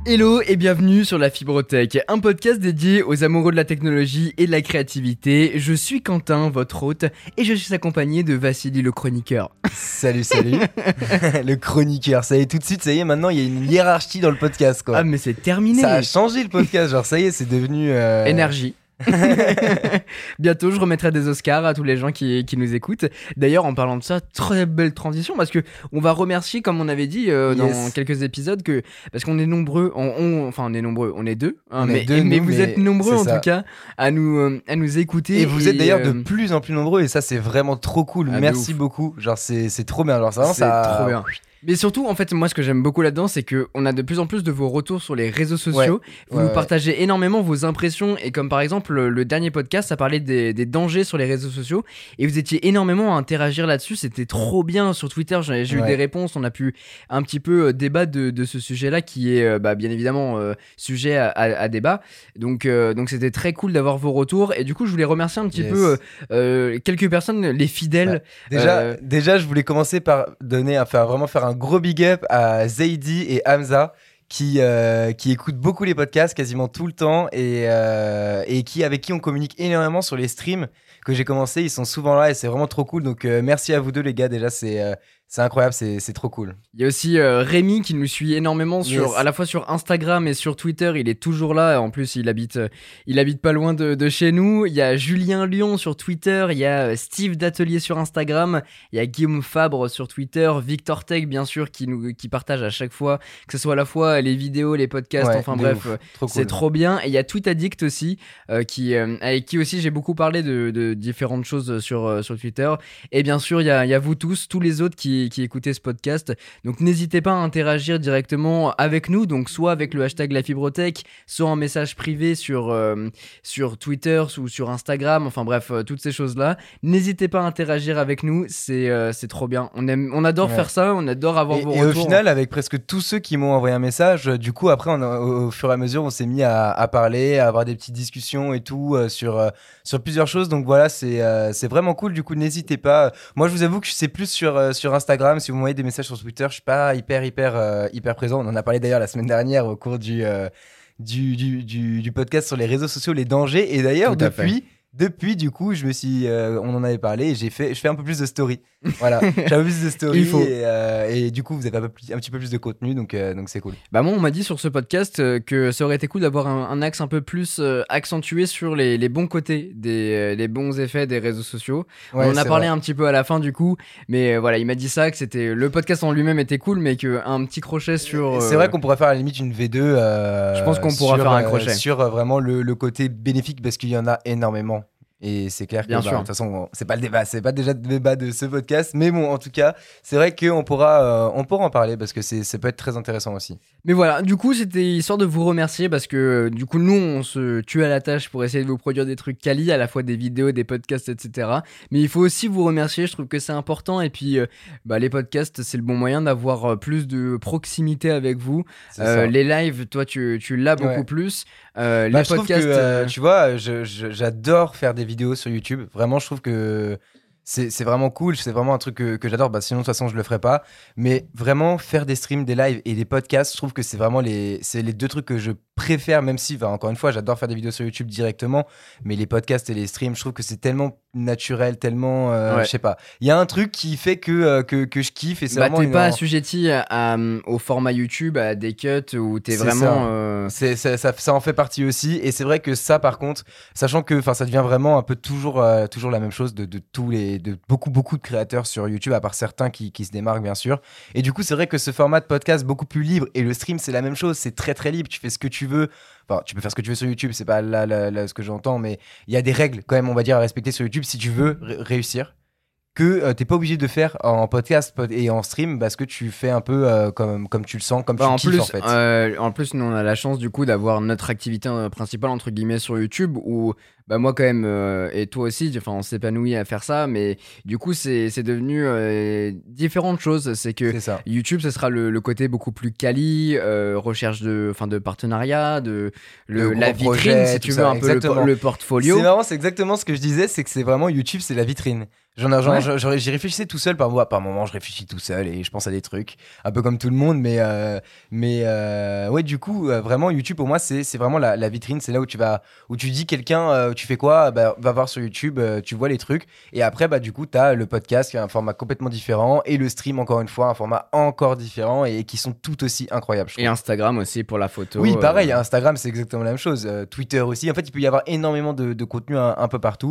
Hello et bienvenue sur la Fibrotech, un podcast dédié aux amoureux de la technologie et de la créativité. Je suis Quentin, votre hôte, et je suis accompagné de Vassili le chroniqueur. Salut. Le chroniqueur, ça y est, tout de suite, ça y est, maintenant il y a une hiérarchie dans le podcast, quoi. Ah mais c'est terminé. Ça a changé le podcast, genre ça y est, c'est devenu... Énergie. Bientôt je remettrai des Oscars à tous les gens qui nous écoutent. D'ailleurs en parlant de ça, très belle transition parce que on va remercier, comme on avait dit dans quelques épisodes, parce qu'on est nombreux, on est nombreux, on est deux, hein, mais vous êtes nombreux en tout cas à nous écouter. Et vous êtes d'ailleurs de plus en plus nombreux et ça c'est vraiment trop cool. Merci beaucoup, genre c'est trop bien, genre c'est trop bien. Mais surtout, en fait, moi, ce que j'aime beaucoup là-dedans, c'est qu'on a de plus en plus de vos retours sur les réseaux sociaux. Vous nous partagez énormément vos impressions. Et comme par exemple, le dernier podcast, ça parlait des dangers sur les réseaux sociaux. Et vous étiez énormément à interagir là-dessus. C'était trop bien sur Twitter. J'ai eu des réponses. On a pu un petit peu débattre de ce sujet-là qui est bien évidemment sujet à débat. Donc c'était très cool d'avoir vos retours. Et du coup, je voulais remercier un petit peu quelques personnes, les fidèles. Déjà, je voulais commencer par faire un gros big up à Zaidi et Hamza qui écoutent beaucoup les podcasts quasiment tout le temps et avec qui on communique énormément sur les streams que j'ai commencé. Ils sont souvent là et c'est vraiment trop cool. Donc merci à vous deux les gars, déjà c'est incroyable, c'est trop cool. Il y a aussi Rémi qui nous suit énormément à la fois sur Instagram et sur Twitter. Il est toujours là. En plus, il habite pas loin de chez nous. Il y a Julien Lyon sur Twitter. Il y a Steve d'Atelier sur Instagram. Il y a Guillaume Fabre sur Twitter. Victor Tech, bien sûr, qui partage à chaque fois, que ce soit à la fois les vidéos, les podcasts. C'est trop bien. Et il y a Tweet Addict aussi, avec qui aussi j'ai beaucoup parlé de différentes choses sur Twitter. Et bien sûr, il y a vous tous les autres qui écoutez ce podcast. Donc n'hésitez pas à interagir directement avec nous, donc soit avec le hashtag La Fibrotech, soit en message privé sur Twitter ou sur Instagram, enfin bref, toutes ces choses-là. N'hésitez pas à interagir avec nous, c'est trop bien. On adore faire ça, on adore avoir vos retours. Et au final, avec presque tous ceux qui m'ont envoyé un message, du coup après au fur et à mesure, on s'est mis à parler, à avoir des petites discussions et tout sur plusieurs choses. Donc voilà, c'est vraiment cool. Du coup, n'hésitez pas. Moi, je vous avoue que c'est plus sur Instagram. Si vous m'envoyez des messages sur Twitter, je suis pas hyper présent. On en a parlé d'ailleurs la semaine dernière au cours du podcast sur les réseaux sociaux, les dangers. Et d'ailleurs, depuis, du coup, on en avait parlé et je fais un peu plus de story. Voilà, j'ai un peu plus de story. Et du coup, vous avez un petit peu plus de contenu, donc c'est cool. Bah moi, on m'a dit sur ce podcast que ça aurait été cool d'avoir un axe un peu plus accentué sur les bons côtés, les bons effets des réseaux sociaux. On en a parlé un petit peu à la fin du coup, mais voilà, il m'a dit ça, que le podcast en lui-même était cool, mais qu'un petit crochet sur... C'est vrai qu'on pourrait faire à la limite une V2. Je pense qu'on pourra faire un crochet. Sur vraiment le côté bénéfique, parce qu'il y en a énormément. Et c'est clair que de toute façon c'est pas déjà le débat de ce podcast, mais bon, en tout cas c'est vrai qu'on pourra en parler parce que ça peut être très intéressant aussi. Mais voilà, du coup c'était histoire de vous remercier parce que du coup nous on se tue à la tâche pour essayer de vous produire des trucs quali, à la fois des vidéos, des podcasts, etc. Mais il faut aussi vous remercier, je trouve que c'est important. Et puis les podcasts, c'est le bon moyen d'avoir plus de proximité avec vous. Les lives, toi tu l'as beaucoup plus. Les podcasts, je trouve que tu vois, j'adore faire des vidéos sur YouTube. Vraiment, je trouve que c'est vraiment cool. C'est vraiment un truc que j'adore. Sinon, de toute façon, je le ferais pas. Mais vraiment, faire des streams, des lives et des podcasts, je trouve que c'est vraiment les deux trucs que je préfère, même si, encore une fois, j'adore faire des vidéos sur YouTube directement. Mais les podcasts et les streams, je trouve que c'est tellement naturel, tellement... je sais pas. Il y a un truc qui fait que je kiffe et c'est vraiment... T'es pas assujetti au format YouTube, à des cuts où t'es vraiment... Ça en fait partie aussi. Et c'est vrai que ça, par contre, sachant que ça devient vraiment un peu toujours la même chose de beaucoup de créateurs sur YouTube, à part certains qui se démarquent, bien sûr. Et du coup, c'est vrai que ce format de podcast beaucoup plus libre, et le stream, c'est la même chose. C'est très, très libre. Tu fais ce que tu veux. Enfin, tu peux faire ce que tu veux sur YouTube, c'est pas là ce que j'entends, mais il y a des règles quand même, on va dire, à respecter sur YouTube si tu veux réussir, que t'es pas obligé de faire en podcast et en stream, parce que tu fais un peu comme tu le sens, comme tu kiffes en fait. En plus, nous on a la chance du coup d'avoir notre activité principale entre guillemets sur YouTube, où Bah moi quand même, et toi aussi, enfin on s'épanouit à faire ça, mais du coup c'est devenu différentes choses. C'est que C'est ça. YouTube, ce sera le côté beaucoup plus quali, recherche de partenariat, la vitrine projet, si tout tu veux, ça, un peu exactement. le portfolio. C'est marrant, c'est exactement ce que je disais, c'est que c'est vraiment YouTube, c'est la vitrine. J'y réfléchissais tout seul par moment, je réfléchis tout seul et je pense à des trucs, un peu comme tout le monde, mais ouais, du coup, vraiment, YouTube pour moi, c'est vraiment la vitrine, c'est là où tu dis quelqu'un, tu fais quoi, bah, va voir sur YouTube, tu vois les trucs, et après, bah, du coup, t'as le podcast qui est un format complètement différent, et le stream, encore une fois, un format encore différent, et qui sont tout aussi incroyables, je trouve. Et Instagram aussi pour la photo. Oui, pareil, Instagram, c'est exactement la même chose, Twitter aussi, en fait, il peut y avoir énormément de contenu un peu partout,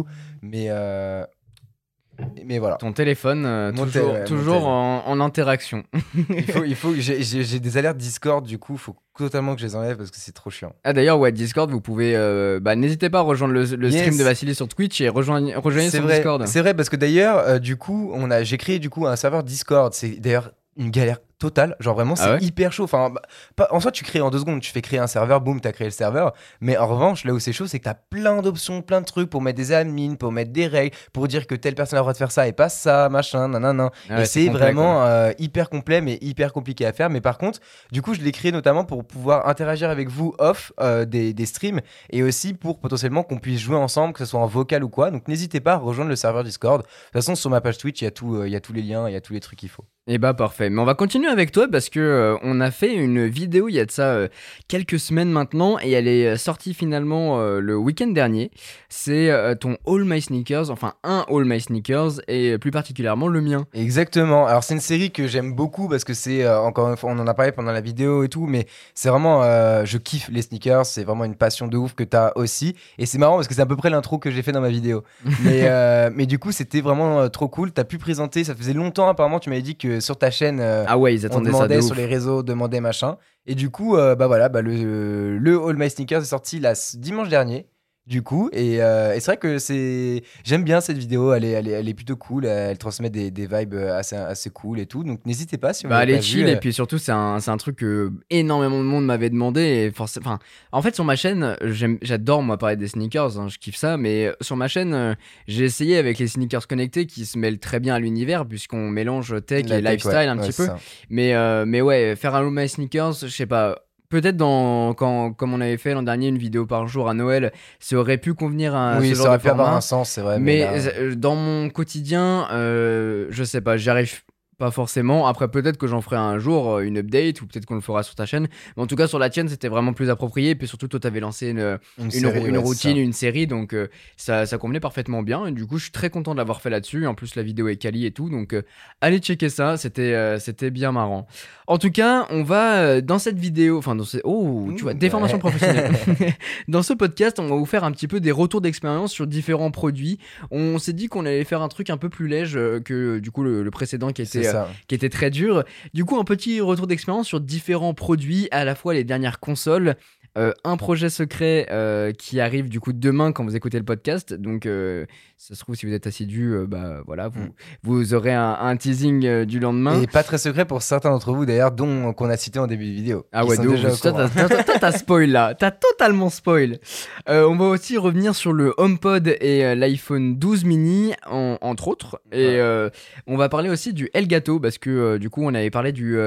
mais voilà. Ton téléphone, toujours en interaction. Il faut j'ai des alertes Discord, du coup, faut totalement que je les enlève parce que c'est trop chiant. Ah d'ailleurs, ouais, Discord, vous pouvez, n'hésitez pas à rejoindre le stream de Vassili sur Twitch et rejoignez son Discord. C'est vrai parce que d'ailleurs, du coup, j'ai créé du coup un serveur Discord. C'est d'ailleurs une galère totale, genre vraiment c'est hyper chaud. Enfin, en soi tu crées en 2 secondes, tu fais créer un serveur, boum, t'as créé le serveur. Mais en revanche, là où c'est chaud, c'est que t'as plein d'options, plein de trucs pour mettre des admins, pour mettre des règles, pour dire que telle personne a le droit de faire ça et pas ça, machin, nanana. Et c'est complet, vraiment hyper complet mais hyper compliqué à faire. Mais par contre, du coup, je l'ai créé notamment pour pouvoir interagir avec vous off des streams et aussi pour potentiellement qu'on puisse jouer ensemble, que ce soit en vocal ou quoi. Donc n'hésitez pas à rejoindre le serveur Discord. De toute façon, sur ma page Twitch, il y a tous les liens, il y a tous les trucs qu'il faut. Et bah parfait, mais on va continuer avec toi parce que on a fait une vidéo il y a de ça quelques semaines maintenant et elle est sortie finalement le week-end dernier. C'est ton All My Sneakers, enfin un All My Sneakers et plus particulièrement le mien. Exactement, alors c'est une série que j'aime beaucoup parce que c'est, encore une fois, on en a parlé pendant la vidéo et tout, mais c'est vraiment, je kiffe les sneakers, c'est vraiment une passion de ouf que t'as aussi. Et c'est marrant parce que c'est à peu près l'intro que j'ai fait dans ma vidéo. mais du coup c'était vraiment trop cool, t'as pu présenter, ça faisait longtemps apparemment, tu m'avais dit que sur ta chaîne, ah ouais, ils attendaient on demandait ça sur les réseaux, demandait machin. Et du coup, le All My Sneakers est sorti dimanche dernier. Du coup, et c'est vrai que j'aime bien cette vidéo, elle est plutôt cool, elle transmet des vibes assez cool et tout, donc n'hésitez pas si vous elle l'avez est pas chill vu, et puis surtout c'est un truc que énormément de monde m'avait demandé et forcément, en fait sur ma chaîne j'adore moi parler des sneakers, hein, je kiffe ça, mais sur ma chaîne j'ai essayé avec les sneakers connectés qui se mêlent très bien à l'univers puisqu'on mélange tech et lifestyle un petit peu, mais ouais, faire un All My Sneakers, je sais pas. Peut-être comme on avait fait l'an dernier une vidéo par jour à Noël, ça aurait pu convenir à ce genre de format. Oui, ça aurait pu avoir un sens, c'est vrai. Mais là... dans mon quotidien, je sais pas, j'y arrive pas forcément. Après, peut-être que j'en ferai un jour une update ou peut-être qu'on le fera sur ta chaîne. Mais en tout cas, sur la tienne, c'était vraiment plus approprié. Et puis surtout, toi, t'avais lancé une routine, une série. Donc, ça convenait parfaitement bien. Et du coup, je suis très content de l'avoir fait là-dessus. En plus, la vidéo est quali et tout. Donc, allez checker ça. C'était bien marrant. En tout cas, on va dans cette vidéo. Enfin, tu vois, déformation professionnelle. Dans ce podcast, on va vous faire un petit peu des retours d'expérience sur différents produits. On s'est dit qu'on allait faire un truc un peu plus léger que du coup le précédent qui était très dur. Du coup, un petit retour d'expérience sur différents produits, à la fois les dernières consoles, un projet secret qui arrive du coup demain quand vous écoutez le podcast. Donc, ça se trouve, si vous êtes assidu, voilà, vous aurez un teasing du lendemain. Et pas très secret pour certains d'entre vous d'ailleurs, dont qu'on a cité en début de vidéo. Ah ouais, toi, t'as spoil là, t'as totalement spoil. On va aussi revenir sur le HomePod et l'iPhone 12 mini, entre autres. Et on va parler aussi du Elgato, parce que du coup, on avait parlé du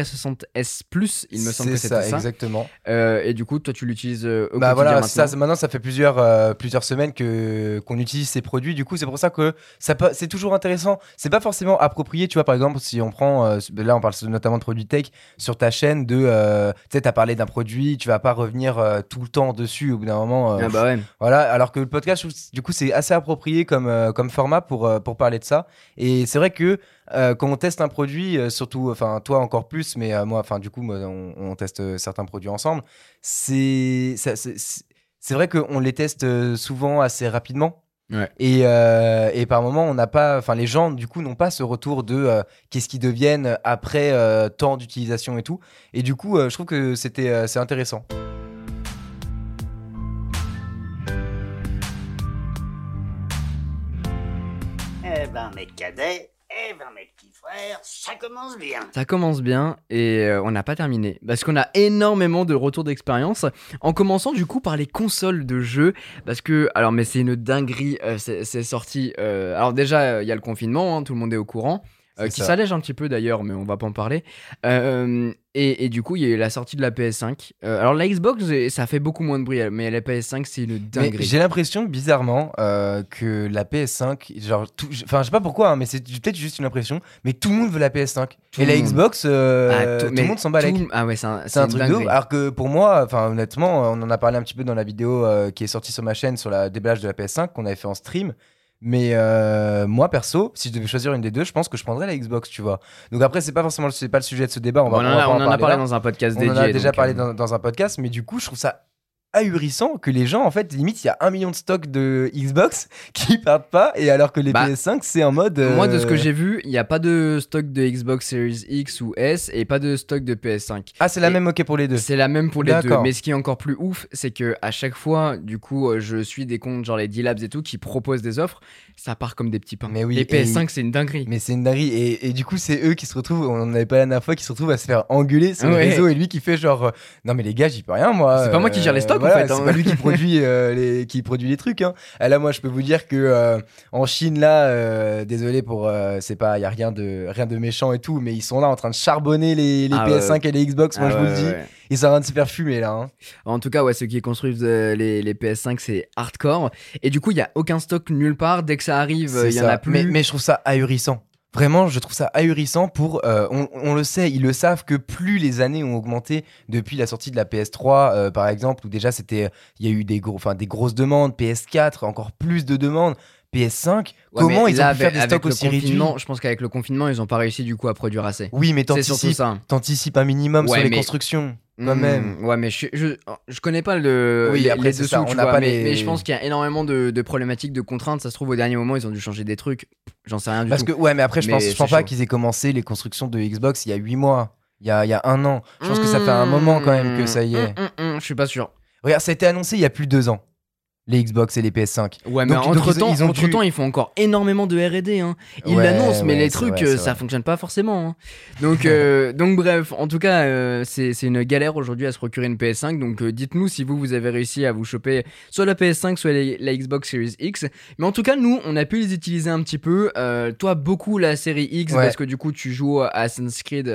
4K60S Plus, il me semble que c'était ça. Exactement. Et du coup, toi, tu l'utilises au quotidien voilà, maintenant. Maintenant, ça fait plusieurs semaines qu'on utilise ces produits. Du coup, c'est pour ça que c'est toujours intéressant. C'est pas forcément approprié, tu vois. Par exemple, si on prend, là, on parle notamment de produits tech sur ta chaîne. Tu sais, t'as parlé d'un produit, tu vas pas revenir tout le temps dessus. Au bout d'un moment, ouais. Voilà. Alors que le podcast, du coup, c'est assez approprié comme format pour parler de ça. Et c'est vrai que quand on teste un produit, surtout, enfin toi encore plus, mais moi, enfin du coup, on teste certains produits ensemble. C'est vrai qu'on les teste souvent assez rapidement. Ouais. Et par moment, on n'a pas, enfin les gens du coup n'ont pas ce retour de qu'est-ce qu'ils deviennent après temps d'utilisation et tout. Et du coup, je trouve que c'est intéressant. Eh ben mes cadets, 20 mes petits frères, ça commence bien. Ça commence bien et on n'a pas terminé parce qu'on a énormément de retours d'expérience. En commençant du coup par les consoles de jeux parce que alors mais c'est une dinguerie, c'est sorti. Alors déjà il y a le confinement, hein, tout le monde est au courant. Qui s'allège un petit peu d'ailleurs, mais on va pas en parler. Et du coup, il y a eu la sortie de la PS5. Alors la Xbox, ça fait beaucoup moins de bruit, mais la PS5, c'est une dinguerie. Mais j'ai l'impression, bizarrement, que la PS5, genre, enfin, je sais pas pourquoi, hein, mais c'est peut-être juste une impression, mais tout le monde veut la PS5. Et la Xbox, tout le monde s'en bat avec. Ah ouais, c'est un truc de ouf. Alors que pour moi, enfin, honnêtement, on en a parlé un petit peu dans la vidéo qui est sortie sur ma chaîne sur le déballage de la PS5 qu'on avait fait en stream. Mais moi perso, si je devais choisir une des deux, je pense que je prendrais la Xbox, tu vois. Donc après, c'est pas le sujet de ce débat. On en a parlé dans un podcast dédié. On en a déjà parlé dans un podcast, mais du coup, je trouve ça ahurissant que les gens, en fait, limite, il y a 1 million de stocks de Xbox qui partent pas, et alors que les PS5, c'est en mode. Moi, de ce que j'ai vu, il n'y a pas de stock de Xbox Series X ou S et pas de stock de PS5. Ah, c'est la même, ok, pour les deux. C'est la même pour les deux. Mais ce qui est encore plus ouf, c'est que à chaque fois, du coup, je suis des comptes genre les D-Labs et tout qui proposent des offres. Ça part comme des petits pains. Mais oui, les PS5, c'est une dinguerie. Mais c'est une dinguerie. Et du coup, c'est eux qui se retrouvent, on en avait pas la dernière fois, qui se retrouvent à se faire engueuler sur les réseaux, et lui qui fait genre non, mais les gars, j'y peux rien, moi. C'est pas moi qui gère les stocks, voilà, en fait. Hein. C'est pas lui qui produit, les trucs. Hein. Et là, moi, je peux vous dire que en Chine, là, désolé pour. C'est pas, y a rien de méchant et tout, mais ils sont là en train de charbonner les PS5 et les Xbox, moi, je vous le dis. Ouais. Ils sont en train de se faire fumer là. Hein. En tout cas, ouais, ceux qui construisent les PS5, c'est hardcore. Et du coup, il n'y a aucun stock nulle part. Dès que ça arrive, il y en a plus. Mais je trouve ça ahurissant. Vraiment, je trouve ça ahurissant pour. On le sait, ils le savent que plus les années ont augmenté depuis la sortie de la PS3, par exemple, où déjà il y a eu des grosses demandes, PS4, encore plus de demandes. PS5, comment ils ont pu faire des stocks aussi réduits ? Je pense qu'avec le confinement, ils n'ont pas réussi du coup à produire assez. Oui, mais t'anticipes un minimum sur les constructions. Quand même. Ouais, mais je connais pas les dessous, tu vois, mais je pense qu'il y a énormément de problématiques, de contraintes. Ça se trouve, au dernier moment, ils ont dû changer des trucs. J'en sais rien du tout. Ouais, mais après, je pense pas qu'ils aient commencé les constructions de Xbox il y a 8 mois, il y a 1 an. Je pense que ça fait un moment quand même que ça y est. Je suis pas sûr. Regarde, ça a été annoncé il y a plus de 2 ans. Les Xbox et les PS5. Ouais, mais entre-temps, ils font encore énormément de R&D. Hein. Ils l'annoncent, mais les trucs, ça fonctionne pas forcément. Hein. Donc bref, en tout cas, c'est une galère aujourd'hui à se procurer une PS5. Donc dites-nous si vous avez réussi à vous choper soit la PS5, soit la Xbox Series X. Mais en tout cas, nous, on a pu les utiliser un petit peu. Toi, beaucoup la série X, parce que du coup, tu joues à Assassin's Creed.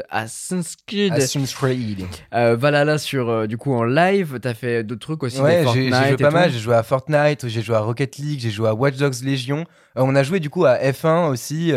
Valhalla sur, du coup, en live. T'as fait d'autres trucs aussi. Ouais, j'ai joué pas mal. J'ai joué à Fortnite, j'ai joué à Rocket League, j'ai joué à Watch Dogs Legion. On a joué du coup à F1 aussi,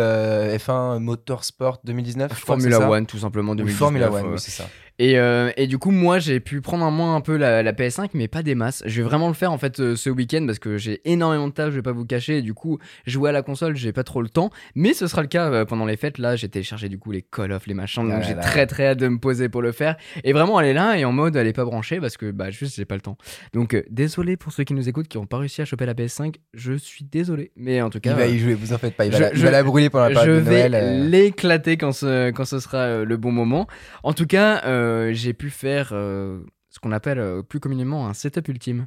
F1 Motorsport 2019. Formula One, tout simplement 2019. Formula One, oui, c'est ça. Et du coup, moi, j'ai pu prendre un peu la PS5, mais pas des masses. Je vais vraiment le faire en fait ce week-end parce que j'ai énormément de taf, je vais pas vous cacher. Et du coup, jouer à la console, j'ai pas trop le temps. Mais ce sera le cas pendant les fêtes. Là, j'ai téléchargé du coup les Call of, les machins. Donc j'ai très hâte de me poser pour le faire. Et vraiment, elle est là et en mode, elle est pas branchée parce que juste j'ai pas le temps. Donc désolé pour ceux qui nous écoutent qui ont pas réussi à choper la PS5. Je suis désolé. Mais en tout cas, il va y jouer, vous en faites pas. Il va la brûler pendant la période de Noël. Je vais l'éclater quand ce sera le bon moment. En tout cas, j'ai pu faire ce qu'on appelle plus communément un setup ultime.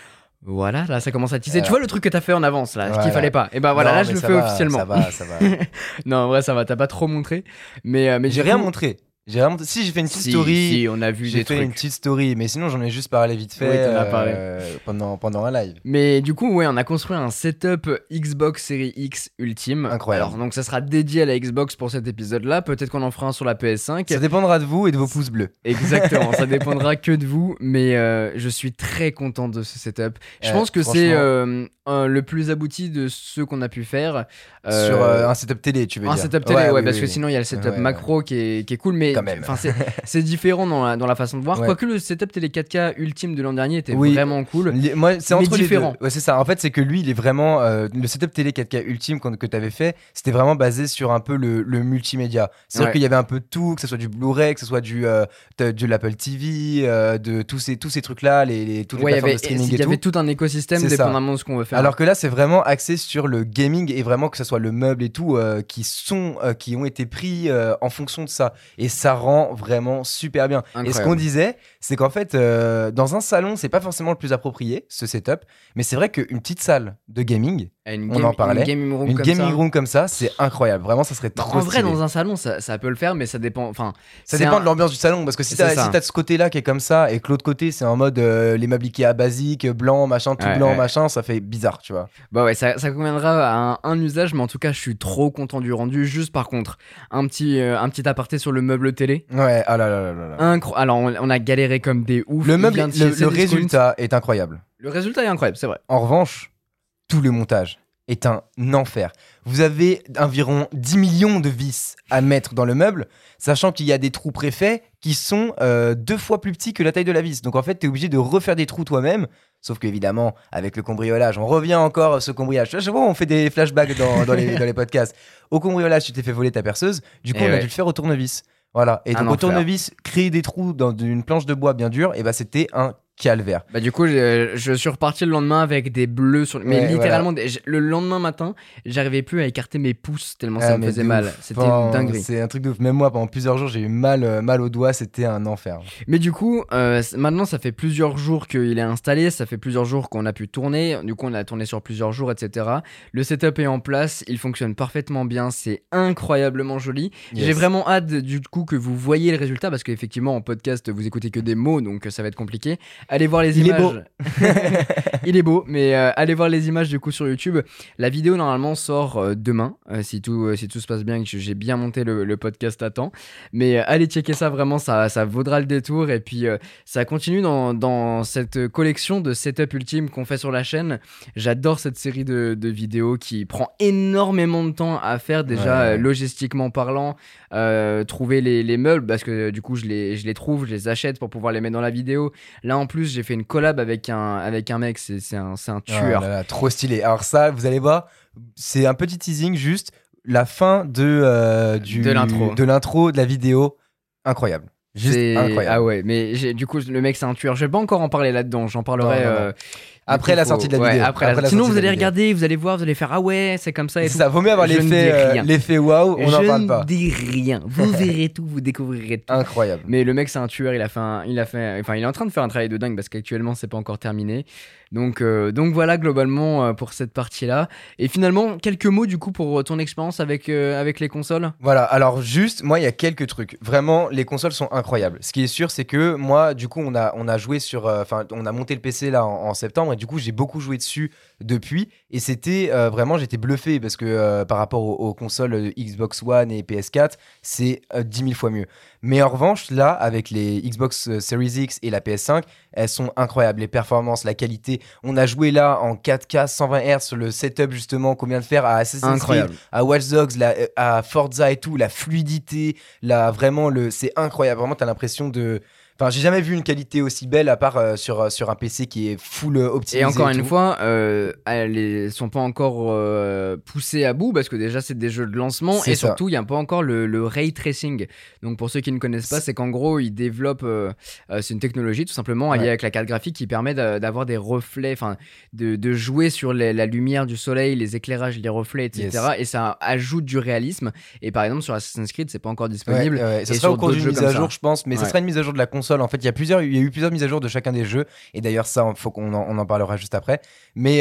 Voilà, là ça commence à tisser. Tu vois le truc que t'as fait en avance là, ce qu'il fallait pas. Et bah voilà, là je le fais officiellement. Ça va. Non, en vrai ça va, t'as pas trop montré. Mais j'ai rien montré. Si, j'ai fait une petite story. Si, on a vu des trucs. J'ai fait une petite story, mais sinon j'en ai juste parlé vite fait. Oui, t'en as parlé. Pendant un live. Mais du coup, ouais, on a construit un setup Xbox Series X Ultime. Incroyable. Alors, donc ça sera dédié à la Xbox pour cet épisode-là. Peut-être qu'on en fera un sur la PS5. Ça dépendra de vous et de vos pouces bleus. Exactement, ça dépendra que de vous. Mais je suis très content de ce setup. Je pense que c'est le plus abouti de ceux qu'on a pu faire. Sur un setup télé, tu veux dire. Un setup télé, ouais, parce que sinon il y a le setup macro qui est cool, mais c'est différent dans la façon de voir. Quoique le setup télé 4K ultime de l'an dernier était vraiment cool. Moi, c'est entre différent. Les deux. Ouais, c'est ça. En fait, c'est que lui, il est vraiment le setup télé 4K ultime que tu avais fait. C'était vraiment basé sur un peu le multimédia. C'est-à-dire qu'il y avait un peu de tout, que ce soit du Blu-ray, que ce soit de l'Apple TV, de tous ces trucs-là, toutes les plateformes de streaming et tout. Il y avait tout un écosystème dépendamment de ce qu'on veut faire. Alors que là, c'est vraiment axé sur le gaming et vraiment que ce soit le meuble et tout qui ont été pris en fonction de ça. Et ça rend vraiment super bien. Incroyable. Et ce qu'on disait, c'est qu'en fait, dans un salon, c'est pas forcément le plus approprié, ce setup, mais c'est vrai qu'une petite salle de gaming, on en parlait, une gaming room comme ça, c'est incroyable. Vraiment, ça serait trop En vrai, stylé. dans un salon, ça peut le faire, mais ça dépend. Enfin, ça dépend de l'ambiance du salon, parce que si t'as ce côté-là qui est comme ça, et que l'autre côté, c'est en mode les meubles Ikea basiques, blanc, machin, tout blanc, machin, ça fait bizarre, tu vois. Bah ouais, ça conviendra à un usage, mais en tout cas, je suis trop content du rendu. Juste par contre, un petit aparté sur le meuble télé. Ouais, ah là là là là. Alors, on a galéré comme des ouf. Le meuble, le résultat est incroyable. Le résultat est incroyable, c'est vrai. En revanche, tout le montage est un enfer. Vous avez environ 10 millions de vis à mettre dans le meuble, sachant qu'il y a des trous préfaits qui sont 2 fois plus petits que la taille de la vis. Donc en fait, tu es obligé de refaire des trous toi-même. Sauf qu'évidemment, avec le cambriolage, on revient encore à ce cambriolage. Je vois, on fait des flashbacks dans les podcasts. Au cambriolage, tu t'es fait voler ta perceuse. Du coup, on a dû le faire au tournevis. Voilà. Et donc, au tournevis, créer des trous dans une planche de bois bien dure, et bah, c'était un calvaire. Bah du coup je suis reparti le lendemain avec des bleus sur mais littéralement le lendemain matin j'arrivais plus à écarter mes pouces tellement ça me faisait mal. C'était une dinguerie. C'est un truc de ouf. Même moi pendant plusieurs jours j'ai eu mal aux doigts, c'était un enfer. Mais du coup maintenant ça fait plusieurs jours qu'il est installé, ça fait plusieurs jours qu'on a pu tourner, du coup on a tourné sur plusieurs jours, etc. Le setup est en place, il fonctionne parfaitement bien, c'est incroyablement joli. J'ai vraiment hâte du coup que vous voyez le résultat, parce qu'effectivement en podcast vous écoutez que des mots, donc ça va être compliqué. Allez voir les images. Il est beau. Il est beau, mais allez voir les images du coup sur YouTube. La vidéo normalement sort demain, si tout se passe bien et que j'ai bien monté le podcast à temps. Mais allez checker ça, vraiment, ça vaudra le détour. Et puis ça continue dans cette collection de setup ultime qu'on fait sur la chaîne. J'adore cette série de vidéos qui prend énormément de temps à faire déjà, logistiquement parlant. Trouver les meubles, parce que du coup je les trouve, je les achète pour pouvoir les mettre dans la vidéo. Là en plus j'ai fait une collab avec un mec, c'est un tueur. Là, trop stylé. Alors ça, vous allez voir, c'est un petit teasing, juste la fin de l'intro de la vidéo, incroyable. Juste incroyable. Ah ouais, mais du coup le mec c'est un tueur. Je vais pas encore en parler là-dedans, j'en parlerai non. Après la sortie de la vidéo. Sinon vous allez regarder, vous allez voir, vous allez faire ah ouais c'est comme ça et tout. Ça vaut mieux avoir l'effet waouh, on n'en parle pas. Je ne dis rien, vous verrez tout, vous découvrirez tout. Incroyable. Mais le mec c'est un tueur, il est en train de faire un travail de dingue parce qu'actuellement c'est pas encore terminé. Donc voilà globalement pour cette partie-là. Et finalement quelques mots du coup pour ton expérience avec les consoles. Voilà, alors juste moi il y a quelques trucs. Vraiment les consoles sont incroyables. Ce qui est sûr c'est que moi du coup on a joué sur, on a monté le PC là en septembre. Du coup, j'ai beaucoup joué dessus depuis et c'était vraiment, j'étais bluffé parce que par rapport aux consoles Xbox One et PS4, c'est 10 000 fois mieux. Mais en revanche, là, avec les Xbox Series X et la PS5, elles sont incroyables. Les performances, la qualité. On a joué là en 4K, 120 Hz sur le setup justement qu'on vient de faire à Assassin's Creed, à Watch Dogs, à Forza et tout, la fluidité, c'est incroyable. Vraiment, t'as l'impression de... Enfin, j'ai jamais vu une qualité aussi belle à part sur un PC qui est full optimisé. Et encore une fois, elles sont pas encore poussées à bout parce que déjà c'est des jeux de lancement et surtout il y a pas encore le ray tracing. Donc pour ceux qui ne connaissent pas, c'est qu'en gros ils développent, c'est une technologie tout simplement alliée avec la carte graphique qui permet d'avoir des reflets, enfin de jouer sur la lumière du soleil, les éclairages, les reflets, etc. Et ça ajoute du réalisme. Et par exemple sur Assassin's Creed c'est pas encore disponible. Ça sera au cours d'une mise à jour, je pense, mais ça sera une mise à jour de la console. En fait, il y a eu plusieurs mises à jour de chacun des jeux, et d'ailleurs ça, faut qu'on en parlera juste après. Mais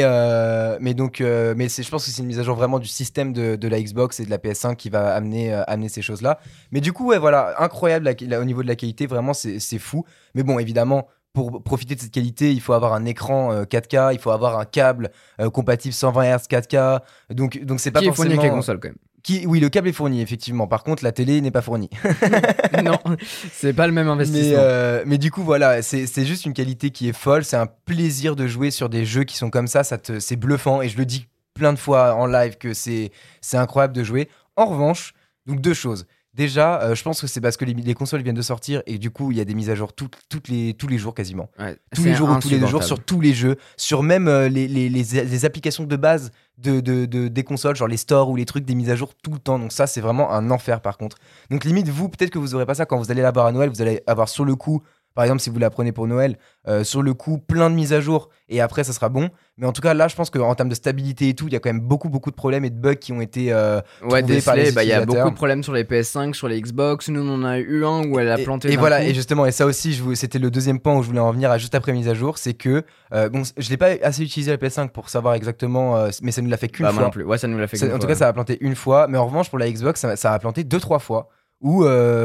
je pense que c'est une mise à jour vraiment du système de la Xbox et de la PS5 qui va amener ces choses-là. Mais du coup, voilà, incroyable au niveau de la qualité, vraiment c'est fou. Mais bon, évidemment, pour profiter de cette qualité, il faut avoir un écran 4K, il faut avoir un câble compatible 120 Hz 4K. Donc c'est pas forcément. Qui est fourni avec les consoles quand même. Oui, le câble est fourni, effectivement. Par contre, la télé n'est pas fournie. Non, c'est pas le même investissement. Mais du coup, voilà, c'est juste une qualité qui est folle. C'est un plaisir de jouer sur des jeux qui sont comme ça. C'est bluffant. Et je le dis plein de fois en live que c'est incroyable de jouer. En revanche, donc 2 choses. Déjà, je pense que c'est parce que les consoles viennent de sortir et du coup, il y a des mises à jour tous les jours quasiment. Ouais, tous les jours ou tous les 2 jours sur tous les jeux, sur même les applications de base des consoles, genre les stores ou les trucs, des mises à jour tout le temps. Donc ça, c'est vraiment un enfer par contre. Donc limite, peut-être que vous aurez pas ça quand vous allez là-bas à Noël, vous allez avoir sur le coup, par exemple, si vous la prenez pour Noël, sur le coup, plein de mises à jour et après, ça sera bon. Mais en tout cas, là, je pense qu'en termes de stabilité et tout, il y a quand même beaucoup de problèmes et de bugs qui ont été trouvés par les utilisateurs. Il y a beaucoup de problèmes sur les PS5, sur les Xbox. Nous, on en a eu un où elle a planté. Et voilà, et justement, et ça aussi, c'était le deuxième point où je voulais en venir à juste après mise à jour, c'est que bon, je l'ai pas assez utilisé la PS5 pour savoir exactement, mais ça ne l'a fait qu'une fois. Moi non plus. Ouais, ça nous l'a fait qu'une fois. En tout cas, ça a planté une fois, mais en revanche, pour la Xbox, ça a planté 2-3 fois. Ou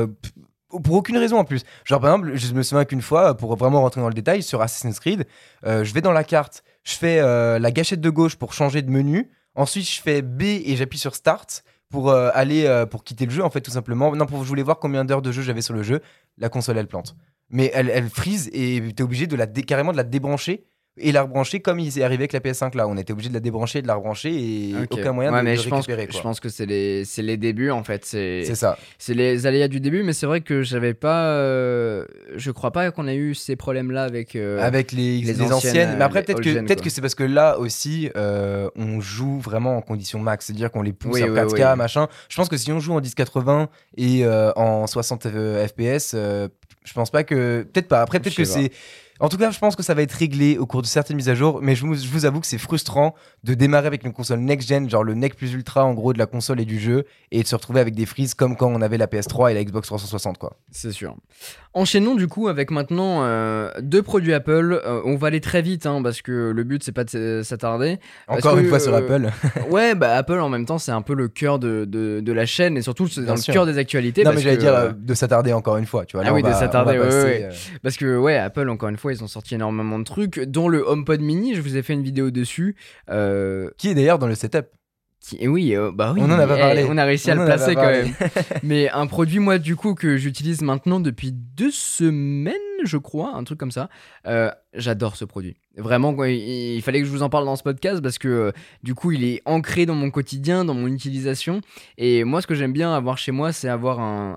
pour aucune raison en plus. Genre par exemple, je me souviens qu'une fois, pour vraiment rentrer dans le détail, sur Assassin's Creed, je vais dans la carte, je fais la gâchette de gauche pour changer de menu, ensuite je fais B et j'appuie sur Start pour pour quitter le jeu en fait tout simplement. Non, je voulais voir combien d'heures de jeu j'avais sur le jeu, la console elle plante. Mais elle freeze et t'es obligé carrément de la débrancher et la rebrancher comme il s'est arrivé avec la PS5 là. On était obligé de la débrancher et de la rebrancher et aucun moyen de récupérer. Je pense que c'est les débuts en fait. C'est ça. C'est les aléas du début, mais c'est vrai que j'avais pas. Je crois pas qu'on a eu ces problèmes là avec les anciennes. Mais après peut-être que c'est parce que là aussi on joue vraiment en conditions max, c'est-à-dire qu'on les pousse en 4K machin. Je pense que si on joue en 1080 et en 60 FPS, je pense pas que peut-être pas. Après peut-être que c'est. En tout cas, je pense que ça va être réglé au cours de certaines mises à jour, mais je vous avoue que c'est frustrant de démarrer avec une console next-gen, genre le neck plus ultra en gros de la console et du jeu, et de se retrouver avec des freezes comme quand on avait la PS3 et la Xbox 360 quoi. C'est sûr. Enchaînons du coup avec maintenant 2 produits Apple. On va aller très vite parce que le but c'est pas de s'attarder. Encore une fois sur Apple. Ouais, bah Apple en même temps c'est un peu le cœur de la chaîne et surtout c'est dans le cœur des actualités. Non mais j'allais dire de s'attarder encore une fois, tu vois. Là, de s'attarder, ouais. Parce que Apple encore une fois ils ont sorti énormément de trucs, dont le HomePod mini. Je vous ai fait une vidéo dessus. Qui est d'ailleurs dans le setup. Oui, on en a pas parlé. On a réussi à le placer quand même. Mais un produit, moi, du coup, que j'utilise maintenant depuis 2 semaines, je crois, un truc comme ça. J'adore ce produit. Vraiment, il fallait que je vous en parle dans ce podcast parce que du coup, il est ancré dans mon quotidien, dans mon utilisation. Et moi, ce que j'aime bien avoir chez moi, c'est avoir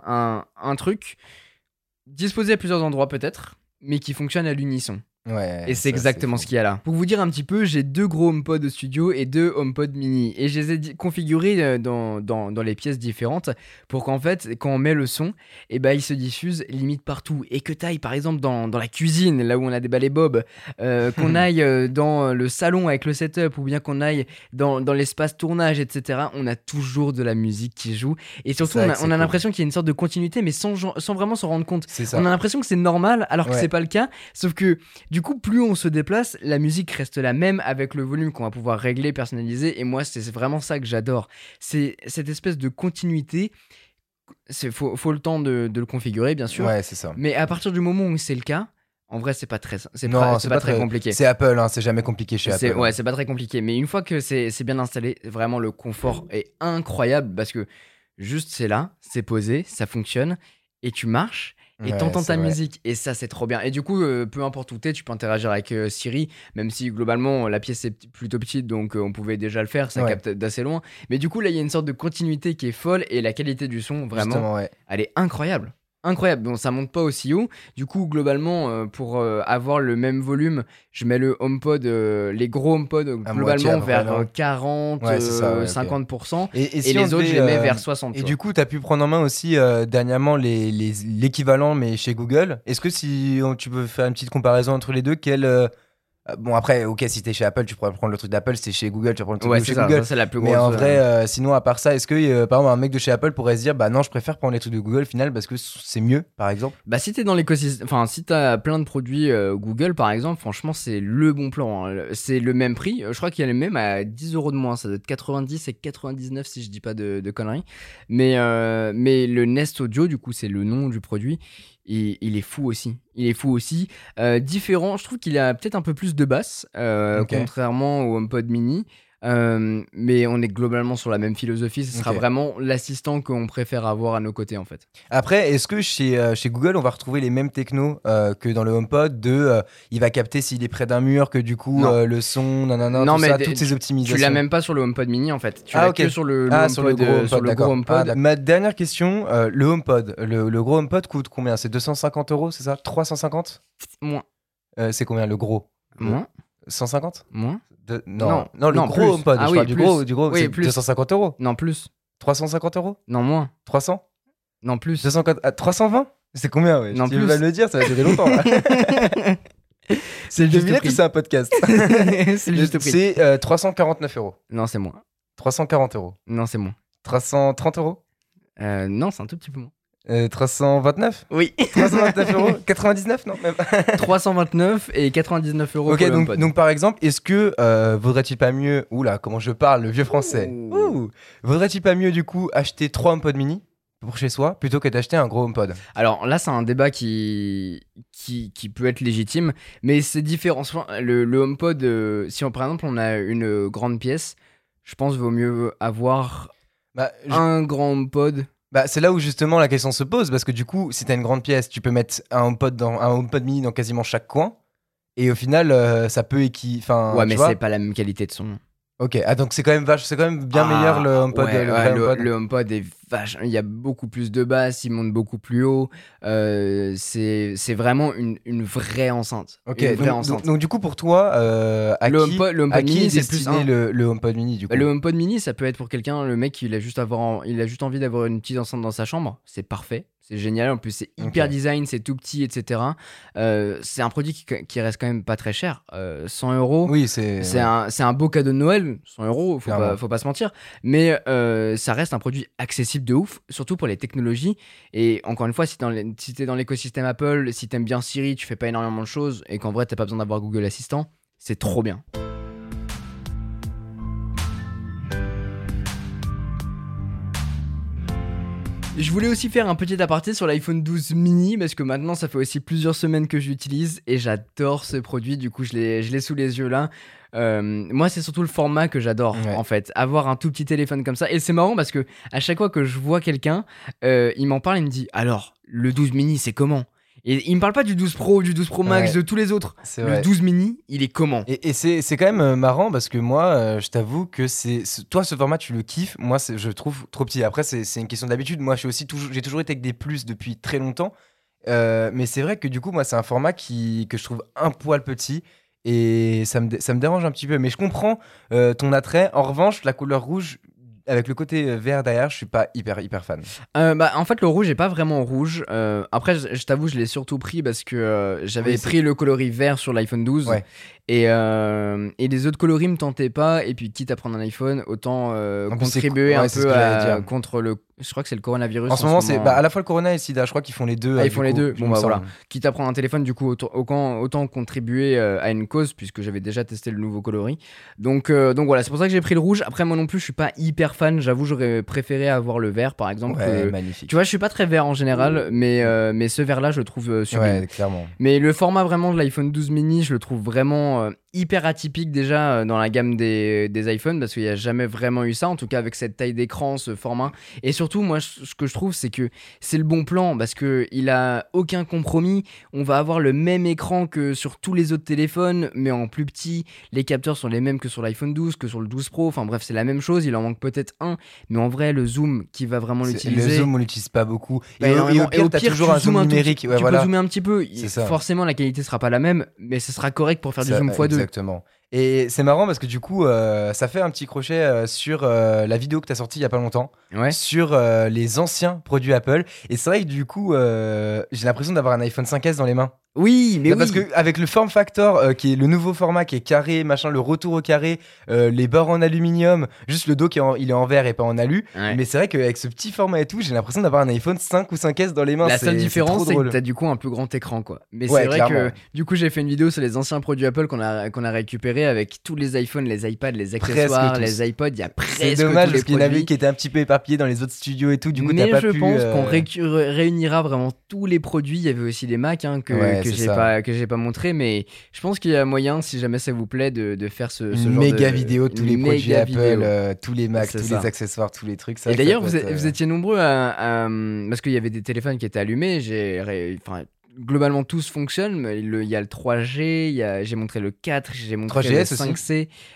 un truc disposé à plusieurs endroits peut-être, mais qui fonctionne à l'unisson. Ouais, et c'est exactement ce qu'il y a là. Pour vous dire un petit peu, j'ai 2 gros HomePod au studio et 2 HomePod mini. Et je les ai configurés dans les pièces différentes pour qu'en fait, quand on met le son, il se diffuse limite partout. Et que t'ailles par exemple dans la cuisine, là où on a des balais bob, qu'on aille dans le salon avec le setup, ou bien qu'on aille dans l'espace tournage, etc. On a toujours de la musique qui joue. Et surtout, on a l'impression qu'il y a une sorte de continuité, mais sans vraiment s'en rendre compte. On a l'impression que c'est normal, alors que c'est pas le cas. Sauf que du coup, plus on se déplace, la musique reste la même avec le volume qu'on va pouvoir régler, personnaliser. Et moi, c'est vraiment ça que j'adore. C'est cette espèce de continuité. Faut le temps de le configurer, bien sûr. Ouais, c'est ça. Mais à partir du moment où c'est le cas, en vrai, c'est pas très compliqué. C'est Apple, c'est jamais compliqué chez Apple. Ouais, c'est pas très compliqué. Mais une fois que c'est bien installé, vraiment, le confort est incroyable parce que juste c'est là, c'est posé, ça fonctionne et tu marches. Et t'entends ta musique, et ça c'est trop bien. Et du coup, peu importe où t'es, tu peux interagir avec Siri, même si globalement la pièce est plutôt petite, donc on pouvait déjà le faire, ça capte d'assez loin. Mais du coup, là il y a une sorte de continuité qui est folle, et la qualité du son, vraiment, elle est incroyable. Incroyable, bon ça monte pas aussi haut. Du coup globalement pour avoir le même volume, je mets le HomePod, les gros HomePod globalement vers 40, 50%, et si les autres je les mets vers 60. Et du coup t'as pu prendre en main aussi dernièrement l'équivalent mais chez Google. Est-ce que si tu peux faire une petite comparaison entre les deux, bon après, ok, si t'es chez Apple, tu pourrais prendre le truc d'Apple, si t'es chez Google, tu vas prendre le truc de chez Google. Ça, c'est la plus grosse. Mais en vrai, sinon à part ça, est-ce que par exemple un mec de chez Apple pourrait se dire, bah non, je préfère prendre les trucs de Google au final parce que c'est mieux, par exemple? Bah si t'es dans l'écosystème, enfin si t'as plein de produits Google par exemple, franchement c'est le bon plan. C'est le même prix, je crois qu'il y a le même à 10 € de moins, ça doit être 90 et 99 si je dis pas de conneries. Mais le Nest Audio, du coup c'est le nom du produit. Et il est fou aussi. Différent, je trouve qu'il a peut-être un peu plus de basse, contrairement au HomePod mini. Mais on est globalement sur la même philosophie. Ce sera vraiment l'assistant qu'on préfère avoir à nos côtés en fait. Après, est-ce que chez Google on va retrouver les mêmes technos que dans le HomePod il va capter s'il est près d'un mur, que du coup le son, toutes ces optimisations. Tu l'as même pas sur le HomePod mini en fait. Tu l'as que sur le gros HomePod. Ma dernière question, le HomePod, le gros HomePod coûte combien? C'est 250 €, c'est ça? 350? Moins. C'est combien le gros? Moins. 150? Moins. Non, le gros plus. HomePod, je parle du gros, oui, c'est plus. 250 €. Non, plus. 350 €? Non, moins. 300? Non, plus. 320? C'est combien, ouais? Non, Tu veux plus. pas me le dire, ça va durer longtemps. Là. C'est le juste devinette prix. ou c'est un podcast? C'est le juste prix. C'est 349 euros. Non, c'est moins. 340 euros. Non, c'est moins. 330 euros. Non, c'est un tout petit peu moins. 329. Oui. 329 euros. 99, non même. 329 et 99 euros Ok, pour le HomePod. donc par exemple, est-ce que vaudrait-il pas mieux, oula, comment je parle, le vieux français, Ouh. vaudrait-il pas mieux du coup acheter 3 HomePod mini pour chez soi plutôt que d'acheter un gros HomePod? Alors là, c'est un débat qui peut être légitime, mais c'est différent. Le HomePod, si par exemple on a une grande pièce, je pense qu'il vaut mieux avoir Bah, un grand HomePod. bah, c'est là où justement la question se pose parce que du coup, si t'as une grande pièce, tu peux mettre un HomePod mini dans quasiment chaque coin et au final, ça peut enfin, Ouais, tu mais vois. c'est pas la même qualité de son. Ok, ah donc c'est quand même bien meilleur le HomePod. Ouais, le ouais, vrai HomePod. le HomePod est vache. Il y a beaucoup plus de basses, il monte beaucoup plus haut. C'est vraiment une vraie enceinte. Ok, Une vraie donc, enceinte. donc du coup pour toi, à Le qui, HomePod à qui mini, est c'est plus destiné un. le HomePod mini du coup? Le HomePod mini, ça peut être pour quelqu'un, le mec, il a juste envie d'avoir une petite enceinte dans sa chambre. C'est parfait, c'est génial. En plus, c'est hyper Ok. design, c'est tout petit, etc. C'est un produit qui reste quand même pas très cher. 100 euros. Oui, c'est. C'est un beau cadeau de Noël, 100 euros, Clairement. faut pas se mentir. Mais ça reste un produit accessible de ouf, surtout pour les technologies. Et encore une fois, si t'es dans l'écosystème Apple, si t'aimes bien Siri, tu fais pas énormément de choses et qu'en vrai t'as pas besoin d'avoir Google Assistant, c'est trop bien. Je voulais aussi faire un petit aparté sur l'iPhone 12 mini parce que maintenant ça fait aussi plusieurs semaines que je l'utilise et j'adore ce produit, du coup je l'ai sous les yeux là. Moi c'est surtout le format que j'adore Ouais. en fait, avoir un tout petit téléphone comme ça. Et c'est marrant parce que à chaque fois que je vois quelqu'un, il m'en parle, il me dit alors le 12 mini c'est comment? Et il me parle pas du 12 Pro, du 12 Pro Max, Ouais. de tous les autres. C'est Le vrai. 12 mini il est comment? Et c'est quand même marrant parce que moi, je t'avoue que toi, ce format, tu le kiffes. Moi, je trouve trop petit. Après, c'est une question d'habitude. Moi, j'ai toujours été avec des plus depuis très longtemps. Mais c'est vrai que du coup, moi, c'est un format que je trouve un poil petit. Et ça me dérange un petit peu. Mais je comprends ton attrait. En revanche, la couleur rouge, avec le côté vert derrière, je suis pas hyper fan. En fait, le rouge est pas vraiment rouge. Après, je t'avoue, je l'ai surtout pris parce que j'avais Oui, c'est- pris le coloris vert sur l'iPhone 12. Ouais. Et les autres coloris me tentaient pas. Et puis, quitte à prendre un iPhone, autant En plus, contribuer ouais, un c'est ce peu que j'allais dire. contre le. Je crois que c'est le coronavirus. En ce moment, c'est à la fois le Corona et le Sida. Je crois qu'ils font les deux. Ah, ils du font les coup, deux. il Bon, me bah semble. voilà. Quitte à prendre un téléphone, du coup, autant contribuer à une cause, puisque j'avais déjà testé le nouveau coloris. Donc voilà, c'est pour ça que j'ai pris le rouge. Après, moi non plus, je suis pas hyper fan. J'avoue, j'aurais préféré avoir le vert, par exemple. Ouais, magnifique. Tu vois, je suis pas très vert en général, mais ce vert-là, je le trouve sublime. Ouais, clairement. Mais le format vraiment de l'iPhone 12 mini, je le trouve vraiment hyper atypique déjà dans la gamme des iPhones, parce qu'il n'y a jamais vraiment eu ça, en tout cas avec cette taille d'écran, ce format. Et surtout, moi, ce que je trouve, c'est que c'est le bon plan, parce qu'il a aucun compromis. On va avoir le même écran que sur tous les autres téléphones, mais en plus petit. Les capteurs sont les mêmes que sur l'iPhone 12, que sur le 12 Pro. Enfin bref, c'est la même chose. Il en manque peut-être un, mais en vrai, le zoom qui va vraiment Le l'utiliser. zoom, on l'utilise pas beaucoup. Bah, Et énormément. au pire, t'as toujours un zoom numérique. Tu Ouais, peux voilà. zoomer un petit peu. C'est ça. Forcément, la qualité sera pas la même, mais ce sera correct pour faire du Ça, zoom x2. Exactement. Et c'est marrant parce que du coup, ça fait un petit crochet sur la vidéo que tu as sortie il y a pas longtemps, Ouais. sur les anciens produits Apple. Et c'est vrai que du coup, j'ai l'impression d'avoir un iPhone 5S dans les mains. Oui, mais Bah, oui. parce que avec le form factor, qui est le nouveau format, qui est carré, machin, le retour au carré, les bords en aluminium, juste le dos il est en verre et pas en alu. Ouais. Mais c'est vrai qu'avec ce petit format et tout, j'ai l'impression d'avoir un iPhone 5 ou 5S dans les mains. La C'est- seule différence, trop c'est que drôle. t'as du coup un plus grand écran, quoi. Mais Ouais, c'est vrai clairement. que du coup, j'ai fait une vidéo sur les anciens produits Apple qu'on a récupérés avec tous les iPhones, les iPads, les accessoires, tous. les iPods. Il y a presque C'est dommage tous les parce qu'il y en avait produits. qui étaient un petit peu éparpillés dans les autres studios et tout. Du coup, mais t'as pas je pu. pense qu'on réunira vraiment tous les produits. Il y avait aussi les Mac que Ouais, que c'est j'ai ça. pas montré, mais je pense qu'il y a moyen, si jamais ça vous plaît, de faire ce Une genre méga de vidéo de tous une les produits méga Apple, vidéo. tous les Macs, C'est tous ça. les accessoires, tous les trucs. C'est Et vrai que d'ailleurs, ça peut être, vous étiez nombreux parce qu'il y avait des téléphones qui étaient allumés. Enfin, globalement, tous fonctionnent. Mais il y a le 3G, j'ai montré le 4, j'ai montré 3GS le aussi. 5C.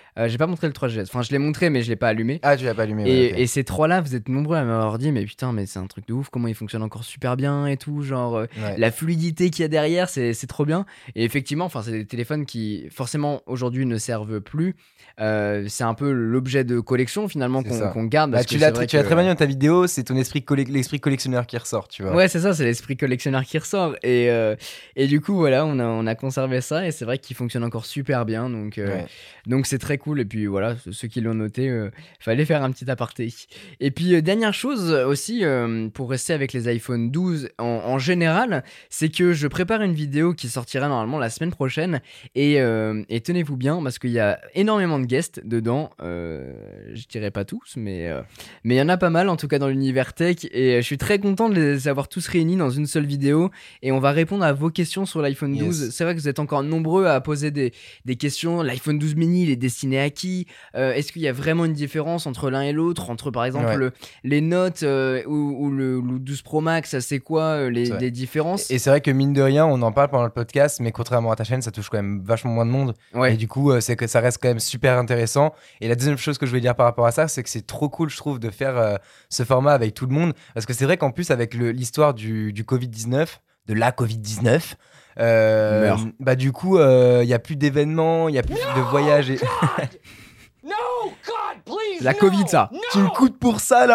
J'ai pas montré le 3GS. Enfin, je l'ai montré, mais je l'ai pas allumé. Ah, tu l'as pas allumé. Et ces 3-là, vous êtes nombreux à m'avoir dit, mais putain, mais c'est un truc de ouf, comment il fonctionne encore super bien et tout. Genre, la fluidité qu'il y a derrière, c'est trop bien. Et effectivement, enfin, c'est des téléphones qui, forcément, aujourd'hui ne servent plus. C'est un peu l'objet de collection finalement qu'on garde. Tu l'as très bien dit dans ta vidéo, c'est ton l'esprit collectionneur qui ressort, tu vois. Ouais, c'est ça, c'est l'esprit collectionneur qui ressort. Et du coup, voilà, on a conservé ça et c'est vrai qu'il fonctionne encore super bien. Donc c'est très cool. Et puis voilà, ceux qui l'ont noté, fallait faire un petit aparté. Et puis, dernière chose aussi, pour rester avec les iPhone 12 en général, c'est que je prépare une vidéo qui sortira normalement la semaine prochaine. Et tenez-vous bien, parce qu'il y a énormément de guests dedans. Je dirais pas tous, mais il y en a pas mal, en tout cas dans l'univers tech. Et je suis très content de les avoir tous réunis dans une seule vidéo. Et on va répondre à vos questions sur l'iPhone 12. Yes. C'est vrai que vous êtes encore nombreux à poser des questions. L'iPhone 12 mini, il est destiné à qui ? Est-ce qu'il y a vraiment une différence entre l'un et l'autre ? Entre par exemple les notes ou le 12 Pro Max, c'est quoi les différences ? Et c'est vrai que mine de rien, on en parle pendant le podcast, mais contrairement à ta chaîne, ça touche quand même vachement moins de monde. Et du coup, c'est que ça reste quand même super intéressant. Et la deuxième chose que je voulais dire par rapport à ça, c'est que c'est trop cool, je trouve, de faire ce format avec tout le monde. Parce que c'est vrai qu'en plus, avec l'histoire du Covid-19, de la Covid-19, bah du coup, il n'y a plus d'événements, il n'y a plus de voyages. No, God, please, la Covid, ça. No, tu me coûtes pour ça, là ?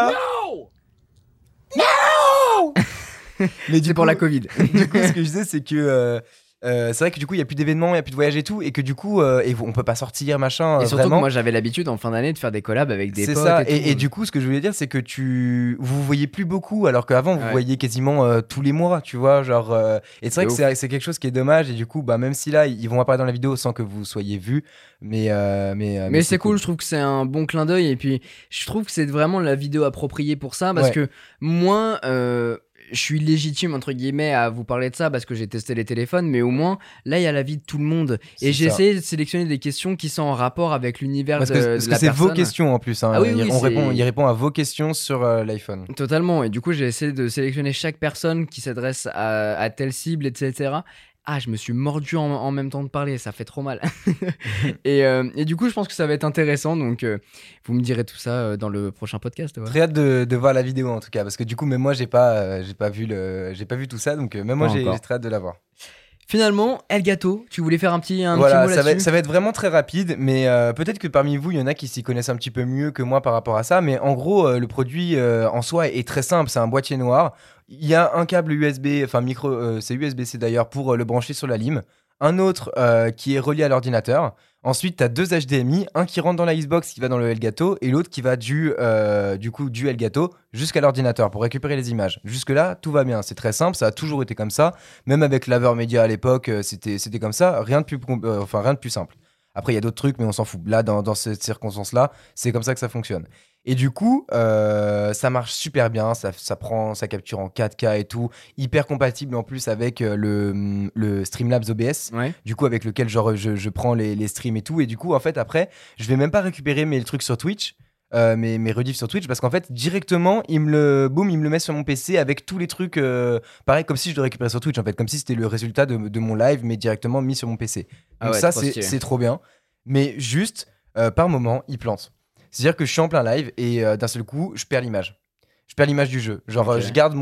No. Mais c'est pour la Covid. Du coup, ce que je disais, c'est que c'est vrai que du coup il y a plus d'événements, il y a plus de voyages et tout, et que du coup on peut pas sortir machin. Et surtout vraiment. Que moi j'avais l'habitude en fin d'année de faire des collabs avec des potes. C'est ça. Et du coup ce que je voulais dire c'est que vous voyez plus beaucoup, alors qu'avant vous voyez quasiment tous les mois, tu vois, genre. Et c'est vrai que c'est quelque chose qui est dommage, et du coup bah même si là ils vont apparaître dans la vidéo sans que vous soyez vus, mais c'est cool. Je trouve que c'est un bon clin d'œil, et puis je trouve que c'est vraiment la vidéo appropriée pour ça, parce que moi je suis légitime entre guillemets à vous parler de ça parce que j'ai testé les téléphones, mais au moins là il y a la vie de tout le monde et j'ai essayé de sélectionner des questions qui sont en rapport avec l'univers de la personne. Parce que c'est vos questions en plus, hein. Il répond à vos questions sur l'iPhone. Totalement. Et du coup j'ai essayé de sélectionner chaque personne qui s'adresse à telle cible, etc. Ah, je me suis mordu en même temps de parler, ça fait trop mal. et du coup, je pense que ça va être intéressant, donc vous me direz tout ça dans le prochain podcast. Très hâte de voir la vidéo en tout cas, parce que du coup, même moi, j'ai pas vu tout ça, donc même moi, j'ai très hâte de la voir. Finalement, Elgato, tu voulais faire un petit mot là-dessus ? Ça va être vraiment très rapide, mais peut-être que parmi vous, il y en a qui s'y connaissent un petit peu mieux que moi par rapport à ça. Mais en gros, le produit en soi est très simple. C'est un boîtier noir. Il y a un câble USB, enfin micro, c'est USB-C d'ailleurs, pour le brancher sur la lime. Un autre qui est relié à l'ordinateur. Ensuite, tu as deux HDMI, un qui rentre dans la Xbox qui va dans le Elgato et l'autre qui va du Elgato jusqu'à l'ordinateur pour récupérer les images. Jusque-là, tout va bien, c'est très simple, ça a toujours été comme ça. Même avec Laver Media à l'époque, c'était comme ça, rien de plus simple. Après, il y a d'autres trucs, mais on s'en fout. Là, dans cette circonstance-là, c'est comme ça que ça fonctionne. Et du coup, ça marche super bien, ça capture en 4K et tout, hyper compatible en plus avec le Streamlabs OBS, du coup avec lequel genre, je prends les streams et tout. Et du coup, en fait, après, je vais même pas récupérer mes trucs sur Twitch, mes rediffs sur Twitch, parce qu'en fait, directement, il me le met sur mon PC avec tous les trucs, pareil, comme si je le récupérais sur Twitch, en fait, comme si c'était le résultat de mon live, mais directement mis sur mon PC. Donc ça, c'est trop bien. Mais juste, par moment, il plante. C'est-à-dire que je suis en plein live et d'un seul coup, je perds l'image. Je perds l'image du jeu. Genre, je garde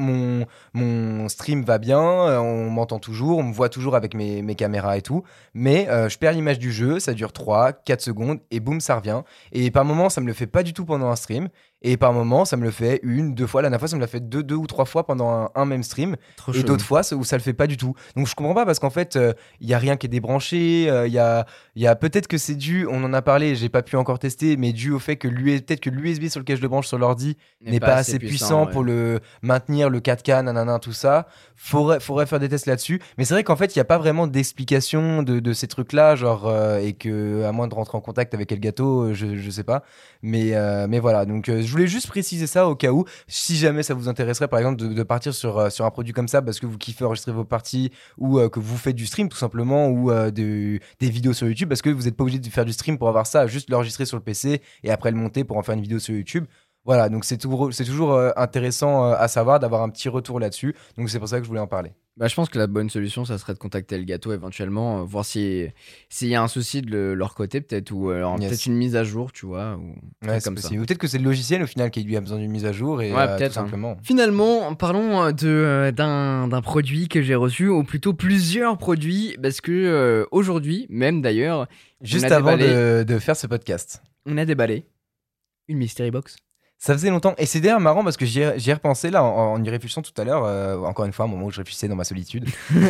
mon stream va bien, on m'entend toujours, on me voit toujours avec mes caméras et tout, mais je perds l'image du jeu, ça dure 3-4 secondes et boum, ça revient. Et par moment, ça me le fait pas du tout pendant un stream. Et par moment, ça me le fait 1-2 fois. La dernière fois, ça me l'a fait 2 ou 3 fois pendant un même stream. Et d'autres fois où ça le fait pas du tout. Donc je comprends pas parce qu'en fait, il y a rien qui est débranché. Il y a peut-être que c'est dû, on en a parlé, j'ai pas pu encore tester, mais dû au fait que peut-être que l'USB sur lequel je le branche sur l'ordi n'est pas assez puissant pour le maintenir, le 4K, nanana, tout ça. Faudrait faire des tests là-dessus. Mais c'est vrai qu'en fait, il y a pas vraiment d'explication de ces trucs-là, genre et que à moins de rentrer en contact avec Elgato, je sais pas. Mais voilà. Donc je voulais juste préciser ça au cas où, si jamais ça vous intéresserait par exemple de partir sur un produit comme ça parce que vous kiffez enregistrer vos parties ou que vous faites du stream tout simplement ou des vidéos sur YouTube, parce que vous n'êtes pas obligé de faire du stream pour avoir ça, juste l'enregistrer sur le PC et après le monter pour en faire une vidéo sur YouTube. Voilà, donc c'est toujours intéressant à savoir d'avoir un petit retour là-dessus, donc c'est pour ça que je voulais en parler. Bah, je pense que la bonne solution, ça serait de contacter Elgato éventuellement, voir s'il y a un souci de leur côté, peut-être, ou alors Yes. peut-être une mise à jour, tu vois, ou un Ouais, truc c'est comme ça. possible. Ou peut-être que c'est le logiciel au final qui lui a besoin d'une mise à jour et Ouais, tout peut-être, hein. simplement. Finalement, parlons d'un produit que j'ai reçu, ou plutôt plusieurs produits, parce que aujourd'hui, même d'ailleurs, Juste a avant déballé- de faire ce podcast. on a déballé une Mystery Box. Ça faisait longtemps. Et c'est d'ailleurs marrant parce que j'y ai repensé là en y réfléchissant tout à l'heure. Encore une fois, un moment où je réfléchissais dans ma solitude.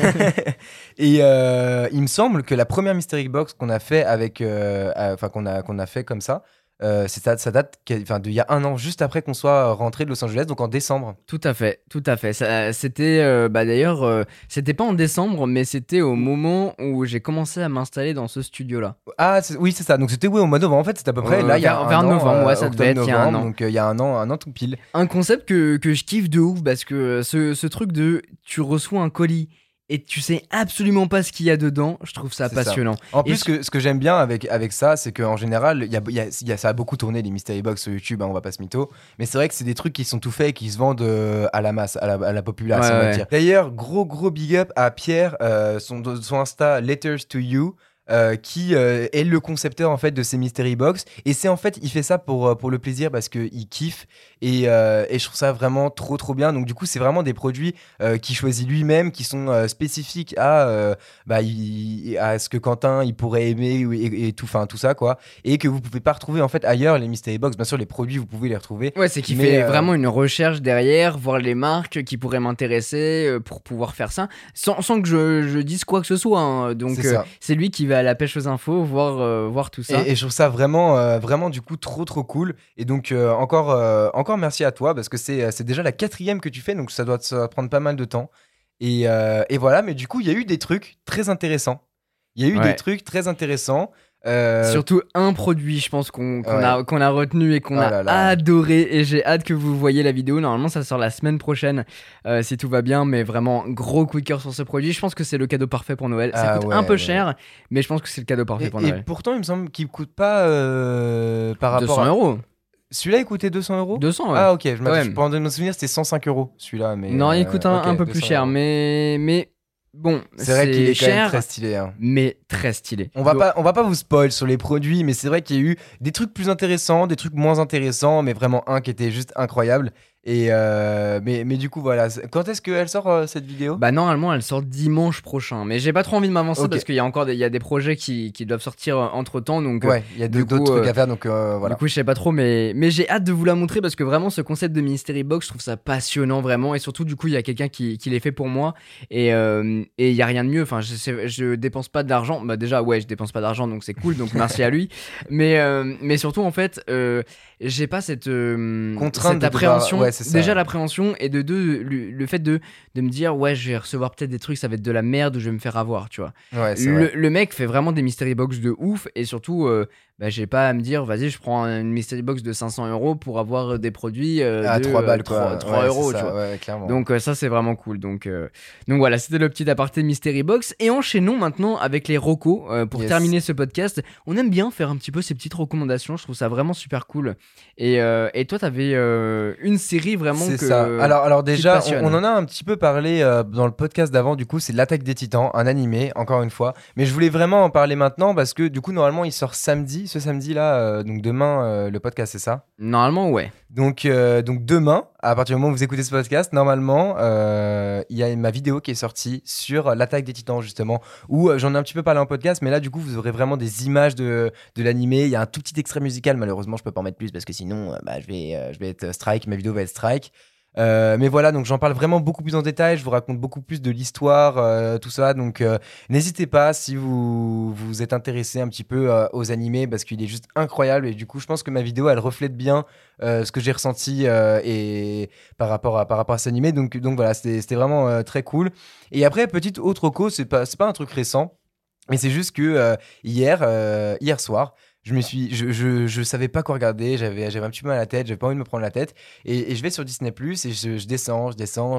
Et il me semble que la première Mystery Box qu'on a fait avec, enfin qu'on a fait comme ça, ça date d'il y a 1 an, juste après qu'on soit rentré de Los Angeles, donc en décembre. Tout à fait, tout à fait. C'était, d'ailleurs, c'était pas en décembre, mais c'était au moment où j'ai commencé à m'installer dans ce studio-là. Ah oui, c'est ça. Donc c'était au mois de novembre. En fait, c'est à peu près là il y a vers un an, novembre, ouais, ça devait être il y a un octobre-novembre, an. Donc il y a un an tout pile. Un concept que je kiffe de ouf, parce que ce truc de tu reçois un colis et tu sais absolument pas ce qu'il y a dedans, je trouve ça C'est ça. passionnant. En Et plus, ce que j'aime bien avec ça, c'est qu'en général, ça a beaucoup tourné les Mystery Box sur YouTube, hein, on va pas se mytho. Mais c'est vrai que c'est des trucs qui sont tout faits et qui se vendent à la masse, à la population, Ouais, on va ouais. dire. D'ailleurs, gros big up à Pierre, son Insta Letters to You. Qui est le concepteur en fait de ces Mystery Box, et c'est en fait il fait ça pour le plaisir parce qu'il kiffe, et je trouve ça vraiment trop bien. Donc du coup c'est vraiment des produits qu'il choisit lui-même, qui sont spécifiques à ce que Quentin il pourrait aimer et tout ça quoi, et que vous pouvez pas retrouver en fait ailleurs. Les Mystery Box, bien sûr les produits vous pouvez les retrouver, Ouais, c'est qu'il mais, fait vraiment une recherche derrière, voir les marques qui pourraient m'intéresser pour pouvoir faire ça, sans que je dise quoi que ce soit, hein. Donc c'est ça. c'est lui qui va à la pêche aux infos, voir tout ça. Et je trouve ça vraiment du coup trop cool. Et donc encore merci à toi parce que c'est déjà la 4e que tu fais, donc ça va prendre pas mal de temps. Et voilà, mais du coup il y a eu des trucs très intéressants. Surtout un produit, je pense qu'on Ouais. a retenu et qu'on Oh a là là. adoré, et j'ai hâte que vous voyez la vidéo. Normalement ça sort la semaine prochaine, si tout va bien, mais vraiment gros coup de cœur sur ce produit. Je pense que c'est le cadeau parfait pour Noël. Ça Ah coûte ouais, un peu ouais. cher, mais je pense que c'est le cadeau parfait pour Et Noël. pourtant il me semble qu'il coûte pas par rapport 200 à... euros. Celui-là il coûtait 200 euros. 200, ouais. Ah ok, Quand même. pendant nos souvenirs c'était 105 euros celui-là, mais Non, il coûte un ok, peu plus 200 cher, euros. mais bon, C'est vrai qu'il est quand même cher, très stylé, hein. mais très stylé. On va pas vous spoil sur les produits, mais c'est vrai qu'il y a eu des trucs plus intéressants, des trucs moins intéressants, mais vraiment un qui était juste incroyable. Et mais du coup voilà, quand est-ce qu'elle sort cette vidéo? Bah normalement elle sort dimanche prochain, mais j'ai pas trop envie de m'avancer Ok. parce qu'il y a encore il y a des projets qui doivent sortir entre temps, donc Ouais, il y a du d'autres coup, trucs à faire, donc voilà. du coup je sais pas trop, mais j'ai hâte de vous la montrer parce que vraiment ce concept de Mystery Box, je trouve ça passionnant vraiment, et surtout du coup il y a quelqu'un qui les fait pour moi, et il y a rien de mieux. Enfin je dépense pas d'argent, bah déjà ouais je dépense pas d'argent donc c'est cool, donc merci à lui, mais surtout en fait j'ai pas cette Contrainte cette de appréhension, devoir- ouais, c'est ça. déjà l'appréhension, et de deux le fait de me dire ouais je vais recevoir peut-être des trucs, ça va être de la merde ou je vais me faire avoir, tu vois. Ouais, c'est vrai. Le mec fait vraiment des mystery box de ouf, et surtout j'ai pas à me dire vas-y je prends une mystery box de 500 euros pour avoir des produits À de 3 balles quoi. 3 Ouais, euros, c'est tu ça, vois. ouais, clairement. Donc ça c'est vraiment cool. Donc voilà, c'était le petit aparté Mystery Box, et enchaînons maintenant avec les recos pour Yes. terminer ce podcast. On aime bien faire un petit peu ces petites recommandations, je trouve ça vraiment super cool. Et toi t'avais une série vraiment C'est que ça. Alors qui te déjà, passionne. on en a un petit peu parlé dans le podcast d'avant, du coup, c'est l'Attaque des Titans, un animé, encore une fois. Mais je voulais vraiment en parler maintenant parce que du coup, normalement, il sort ce samedi-là, donc demain, le podcast, c'est ça? Normalement ouais. Donc demain, à partir du moment où vous écoutez ce podcast, normalement, il y a ma vidéo qui est sortie sur l'Attaque des Titans, justement, où j'en ai un petit peu parlé en podcast, mais là, du coup, vous aurez vraiment des images de l'animé. Il y a un tout petit extrait musical, malheureusement, je peux pas en mettre plus parce que sinon, je vais être strike, ma vidéo va être strike. Mais voilà, donc j'en parle vraiment beaucoup plus en détail, je vous raconte beaucoup plus de l'histoire, tout ça, donc n'hésitez pas si vous êtes intéressé un petit peu aux animés, parce qu'il est juste incroyable, et du coup je pense que ma vidéo elle reflète bien ce que j'ai ressenti et par rapport à cet animé, donc voilà, c'était vraiment très cool. Et après, petite autre cause, c'est pas un truc récent, mais c'est juste que hier soir, je savais pas quoi regarder, j'avais un petit peu mal à la tête, j'avais pas envie de me prendre la tête, et je vais sur Disney+, et je descends,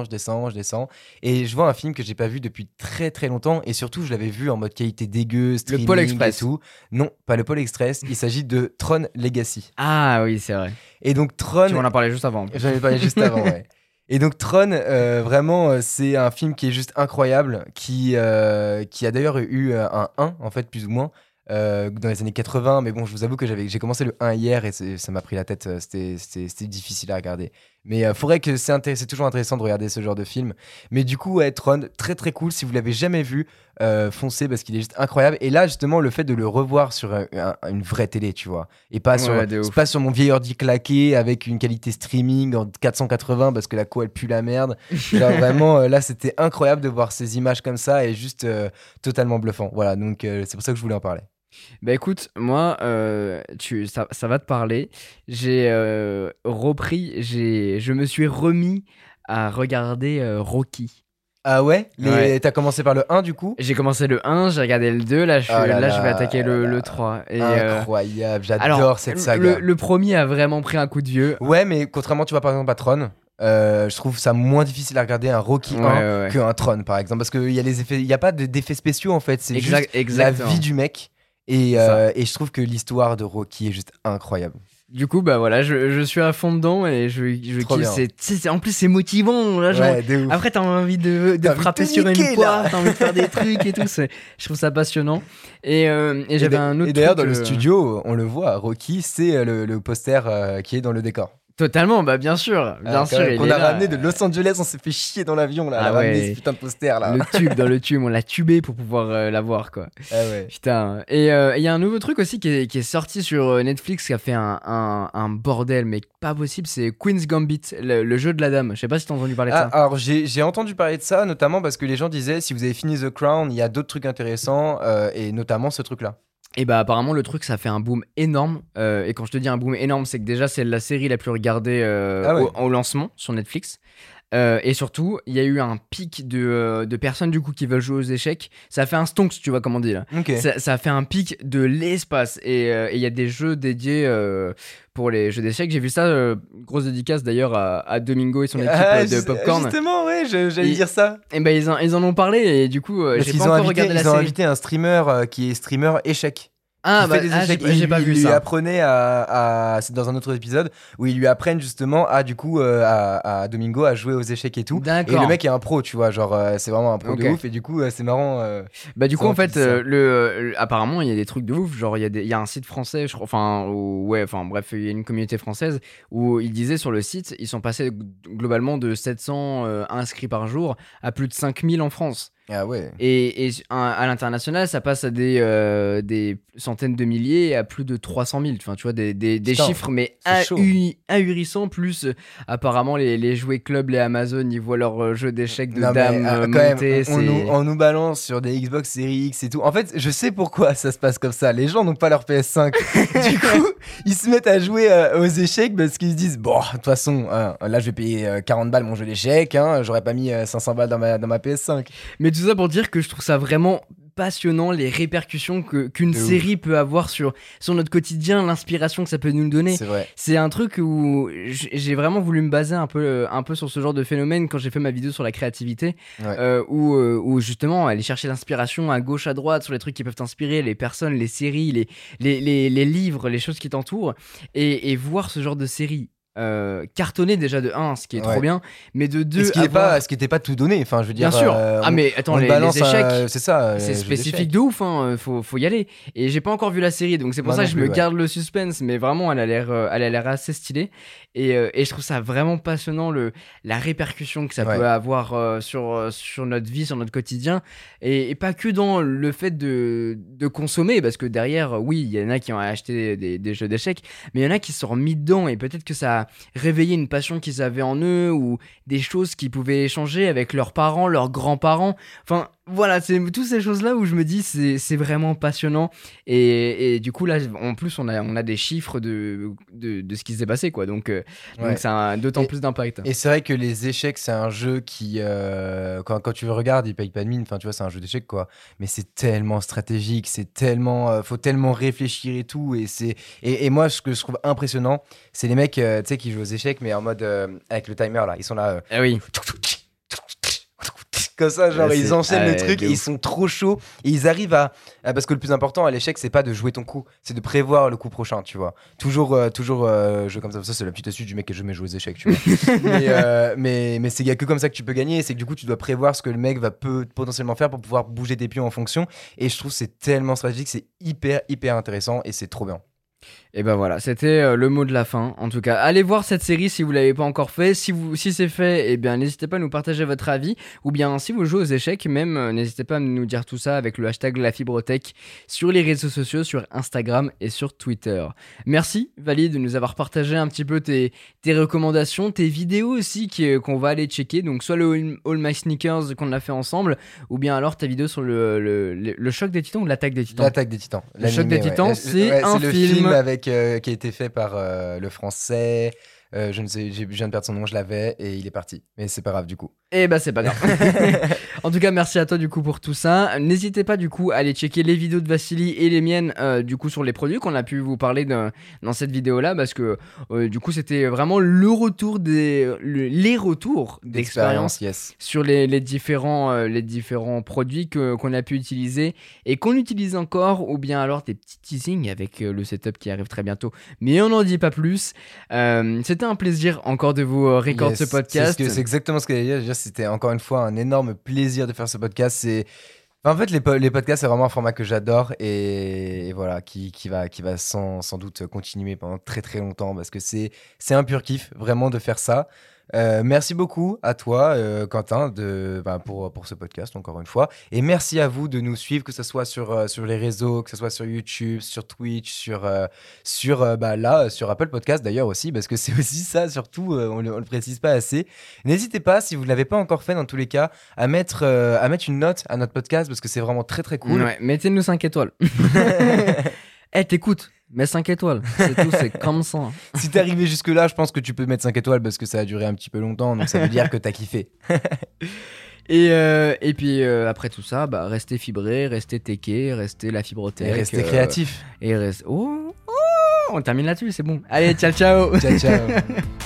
et je vois un film que j'ai pas vu depuis très très longtemps, et surtout je l'avais vu en mode qualité dégueu, streaming Pôle Express. et tout. Non, pas le Pôle Express, il s'agit de Tron Legacy. Ah oui c'est vrai. Et donc Tron, Tu m'en as parlé juste avant. j'en ai parlé juste avant, ouais. Et donc Tron, vraiment, c'est un film qui est juste incroyable, qui a d'ailleurs eu un 1, en fait, plus ou moins, dans les années 80. Mais bon, je vous avoue que j'ai commencé le 1 hier et ça m'a pris la tête. C'était difficile à regarder. Mais faudrait que c'est toujours intéressant de regarder ce genre de film. Mais du coup, ouais, Tron, très très cool. Si vous l'avez jamais vu, foncez parce qu'il est juste incroyable. Et là, justement, le fait de le revoir sur une vraie télé, tu vois, et pas sur mon vieil ordi claqué avec une qualité streaming en 480 parce que la co elle pue la merde. Et là, vraiment, là, c'était incroyable de voir ces images comme ça et juste totalement bluffant. Voilà, donc c'est pour ça que je voulais en parler. Bah écoute, moi, ça va te parler. J'ai je me suis remis à regarder Rocky. Ah ouais, Ouais. T'as commencé par le 1 du coup. J'ai commencé le 1, j'ai regardé le 2, là je vais attaquer le 3. Et, incroyable, j'adore alors, cette saga. Le premier a vraiment pris un coup de vieux. Ouais, mais contrairement, tu vois, par exemple, à Tron, je trouve ça moins difficile à regarder un Rocky 1 qu'un Tron, par exemple, parce qu'il y a les effets, il y a pas d'effets spéciaux en fait, c'est juste exactement. la vie du mec. Et je trouve que l'histoire de Rocky est juste incroyable. Du coup, bah voilà, je suis à fond dedans et je kiffe. En plus, c'est motivant. Là, genre, après, t'as envie de frapper sur une poire, t'as envie de faire des trucs et tout. Je trouve ça passionnant. Et j'avais un autre. Et d'ailleurs, truc, dans le studio, on le voit, Rocky, c'est le poster qui est dans le décor. Totalement, bah bien sûr. Qu'on a ramené de Los Angeles, on s'est fait chier dans l'avion là, ramener ce putain de poster là. Dans le tube, on l'a tubé pour pouvoir l'avoir quoi. Ah ouais. Putain. Et il y a un nouveau truc aussi qui est sorti sur Netflix qui a fait un bordel, mais pas possible, c'est Queen's Gambit, le jeu de la dame. Je sais pas si t'as entendu parler de ça. Alors j'ai entendu parler de ça, notamment parce que les gens disaient si vous avez fini The Crown, il y a d'autres trucs intéressants, et notamment ce truc là. Et bah apparemment le truc ça fait un boom énorme, et quand je te dis un boom énorme c'est que déjà c'est la série la plus regardée au lancement sur Netflix, et surtout il y a eu un pic de personnes du coup qui veulent jouer aux échecs. Ça a fait un stonks, tu vois comment on dit là. Okay. Ça a fait un pic de l'espace, et il y a des jeux dédiés pour les jeux d'échecs. J'ai vu ça, grosse dédicace d'ailleurs à Domingo et son équipe de Popcorn. Justement, ouais, j'allais dire ça. Et bah ils en ont parlé, et du coup j'ai pas encore regardé la série. Ils ont invité un streamer qui est streamer échec. J'ai pas vu ça. Il lui apprenait c'est dans un autre épisode où ils lui apprennent justement à Domingo à jouer aux échecs et tout. D'accord. Et le mec est un pro, tu vois, genre c'est vraiment un pro de ouf, et du coup c'est marrant. Bah du coup en fait apparemment il y a des trucs de ouf, genre il y a un site français, je crois, bref, il y a une communauté française où ils disaient sur le site, ils sont passés globalement de 700 inscrits par jour à plus de 5000 en France. Ah ouais. Et à l'international, ça passe à des centaines de milliers, à plus de 300 000. Enfin, tu vois, des chiffres, mais ahurissants. Plus, apparemment, les jouets clubs, les Amazon, ils voient leur jeu d'échecs de dames monter. On nous balance sur des Xbox Series X et tout. En fait, je sais pourquoi ça se passe comme ça. Les gens n'ont pas leur PS5. Du coup, ils se mettent à jouer aux échecs parce qu'ils se disent bon, de toute façon, là, je vais payer 40 balles mon jeu d'échecs. J'aurais pas mis 500 balles dans ma PS5. Mais tout ça pour dire que je trouve ça vraiment passionnant, les répercussions qu'une série peut avoir sur notre quotidien, l'inspiration que ça peut nous donner. C'est vrai. C'est un truc où j'ai vraiment voulu me baser un peu sur ce genre de phénomène quand j'ai fait ma vidéo sur la créativité, où justement aller chercher l'inspiration à gauche, à droite, sur les trucs qui peuvent t'inspirer, les personnes, les séries, les livres, les choses qui t'entourent, et voir ce genre de série cartonné déjà de 1, ce qui est trop bien, mais de 2 ce qui était pas tout donné, enfin je veux dire, bien sûr. Mais attends, les échecs c'est ça, c'est spécifique de ouf, faut y aller, et j'ai pas encore vu la série, donc c'est pour ça que je me garde le suspense, mais vraiment elle a l'air assez stylée, et je trouve ça vraiment passionnant, la répercussion que ça peut avoir sur notre vie, sur notre quotidien, et pas que dans le fait de consommer, parce que derrière, oui, il y en a qui ont acheté des jeux d'échecs, mais il y en a qui se sont remis dedans, et peut-être que ça a réveillé une passion qu'ils avaient en eux, ou des choses qu'ils pouvaient échanger avec leurs parents, leurs grands-parents. Enfin, voilà, c'est toutes ces choses-là où je me dis c'est vraiment passionnant, et du coup là en plus on a des chiffres de ce qui s'est passé, quoi, donc ça a d'autant plus d'impact. Et c'est vrai que les échecs, c'est un jeu qui quand tu le regardes, il paye pas de mine, enfin tu vois, c'est un jeu d'échecs, quoi, mais c'est tellement stratégique, c'est tellement faut tellement réfléchir et tout, et moi ce que je trouve impressionnant, c'est les mecs tu sais qui jouent aux échecs mais en mode avec le timer là, ils sont là Ah oui. Comme ça, genre, ils enchaînent le truc de et ouf. ils sont trop chauds. Et ils arrivent parce que le plus important à l'échec, c'est pas de jouer ton coup, c'est de prévoir le coup prochain, tu vois. Toujours jouer comme ça. Ça, c'est la petite astuce du mec qui a jamais joué aux échecs, tu vois. mais c'est y a que comme ça que tu peux gagner. C'est que du coup, tu dois prévoir ce que le mec va potentiellement faire pour pouvoir bouger tes pions en fonction. Et je trouve que c'est tellement stratégique, c'est hyper intéressant et c'est trop bien. Et ben voilà, c'était le mot de la fin. En tout cas, allez voir cette série si vous l'avez pas encore fait. Si c'est fait, eh bien n'hésitez pas à nous partager votre avis. Ou bien si vous jouez aux échecs, même n'hésitez pas à nous dire tout ça avec le hashtag LaFibrothèque sur les réseaux sociaux, sur Instagram et sur Twitter. Merci Valide de nous avoir partagé un petit peu tes recommandations, tes vidéos aussi qu'on va aller checker. Donc soit le All My Sneakers qu'on a fait ensemble, ou bien alors ta vidéo sur le choc des titans ou l'attaque des titans. L'attaque des titans. Le choc des titans, c'est Ouais, un le film avec qui a été fait par le français. Je ne sais, je viens de perdre son nom, je l'avais et il est parti. Mais c'est pas grave du coup. Eh ben c'est pas grave. En tout cas, merci à toi du coup pour tout ça. N'hésitez pas du coup à aller checker les vidéos de Vassili et les miennes du coup sur les produits qu'on a pu vous parler dans cette vidéo là, parce que du coup c'était vraiment les retours d'expérience yes. sur les différents produits qu'on a pu utiliser et qu'on utilise encore, ou bien alors des petits teasings avec le setup qui arrive très bientôt. Mais on n'en dit pas plus. C'était un plaisir encore de vous recorder ce podcast. C'est exactement ce que j'allais dire. C'était encore une fois un énorme plaisir de faire ce podcast. En fait, les podcasts, c'est vraiment un format que j'adore et voilà, qui va sans doute continuer pendant très très longtemps parce que c'est un pur kiff vraiment de faire ça. Merci beaucoup à toi, Quentin, pour ce podcast, encore une fois. Et merci à vous de nous suivre, que ce soit sur les réseaux, que ce soit sur YouTube, sur Twitch, sur Apple Podcast d'ailleurs aussi, parce que c'est aussi ça, surtout, on le précise pas assez. N'hésitez pas, si vous ne l'avez pas encore fait, dans tous les cas, à mettre une note à notre podcast, parce que c'est vraiment très très cool. Ouais, mettez-nous 5 étoiles. T'écoutes, mets 5 étoiles, c'est tout, c'est comme ça. Si t'es arrivé jusque là, je pense que tu peux mettre 5 étoiles parce que ça a duré un petit peu longtemps, donc ça veut dire que t'as kiffé. Et puis après tout ça, restez fibrés, restez techés, restez la fibrothèque. Et restez créatifs. On termine là-dessus, c'est bon. Allez, ciao ciao. Ciao ciao.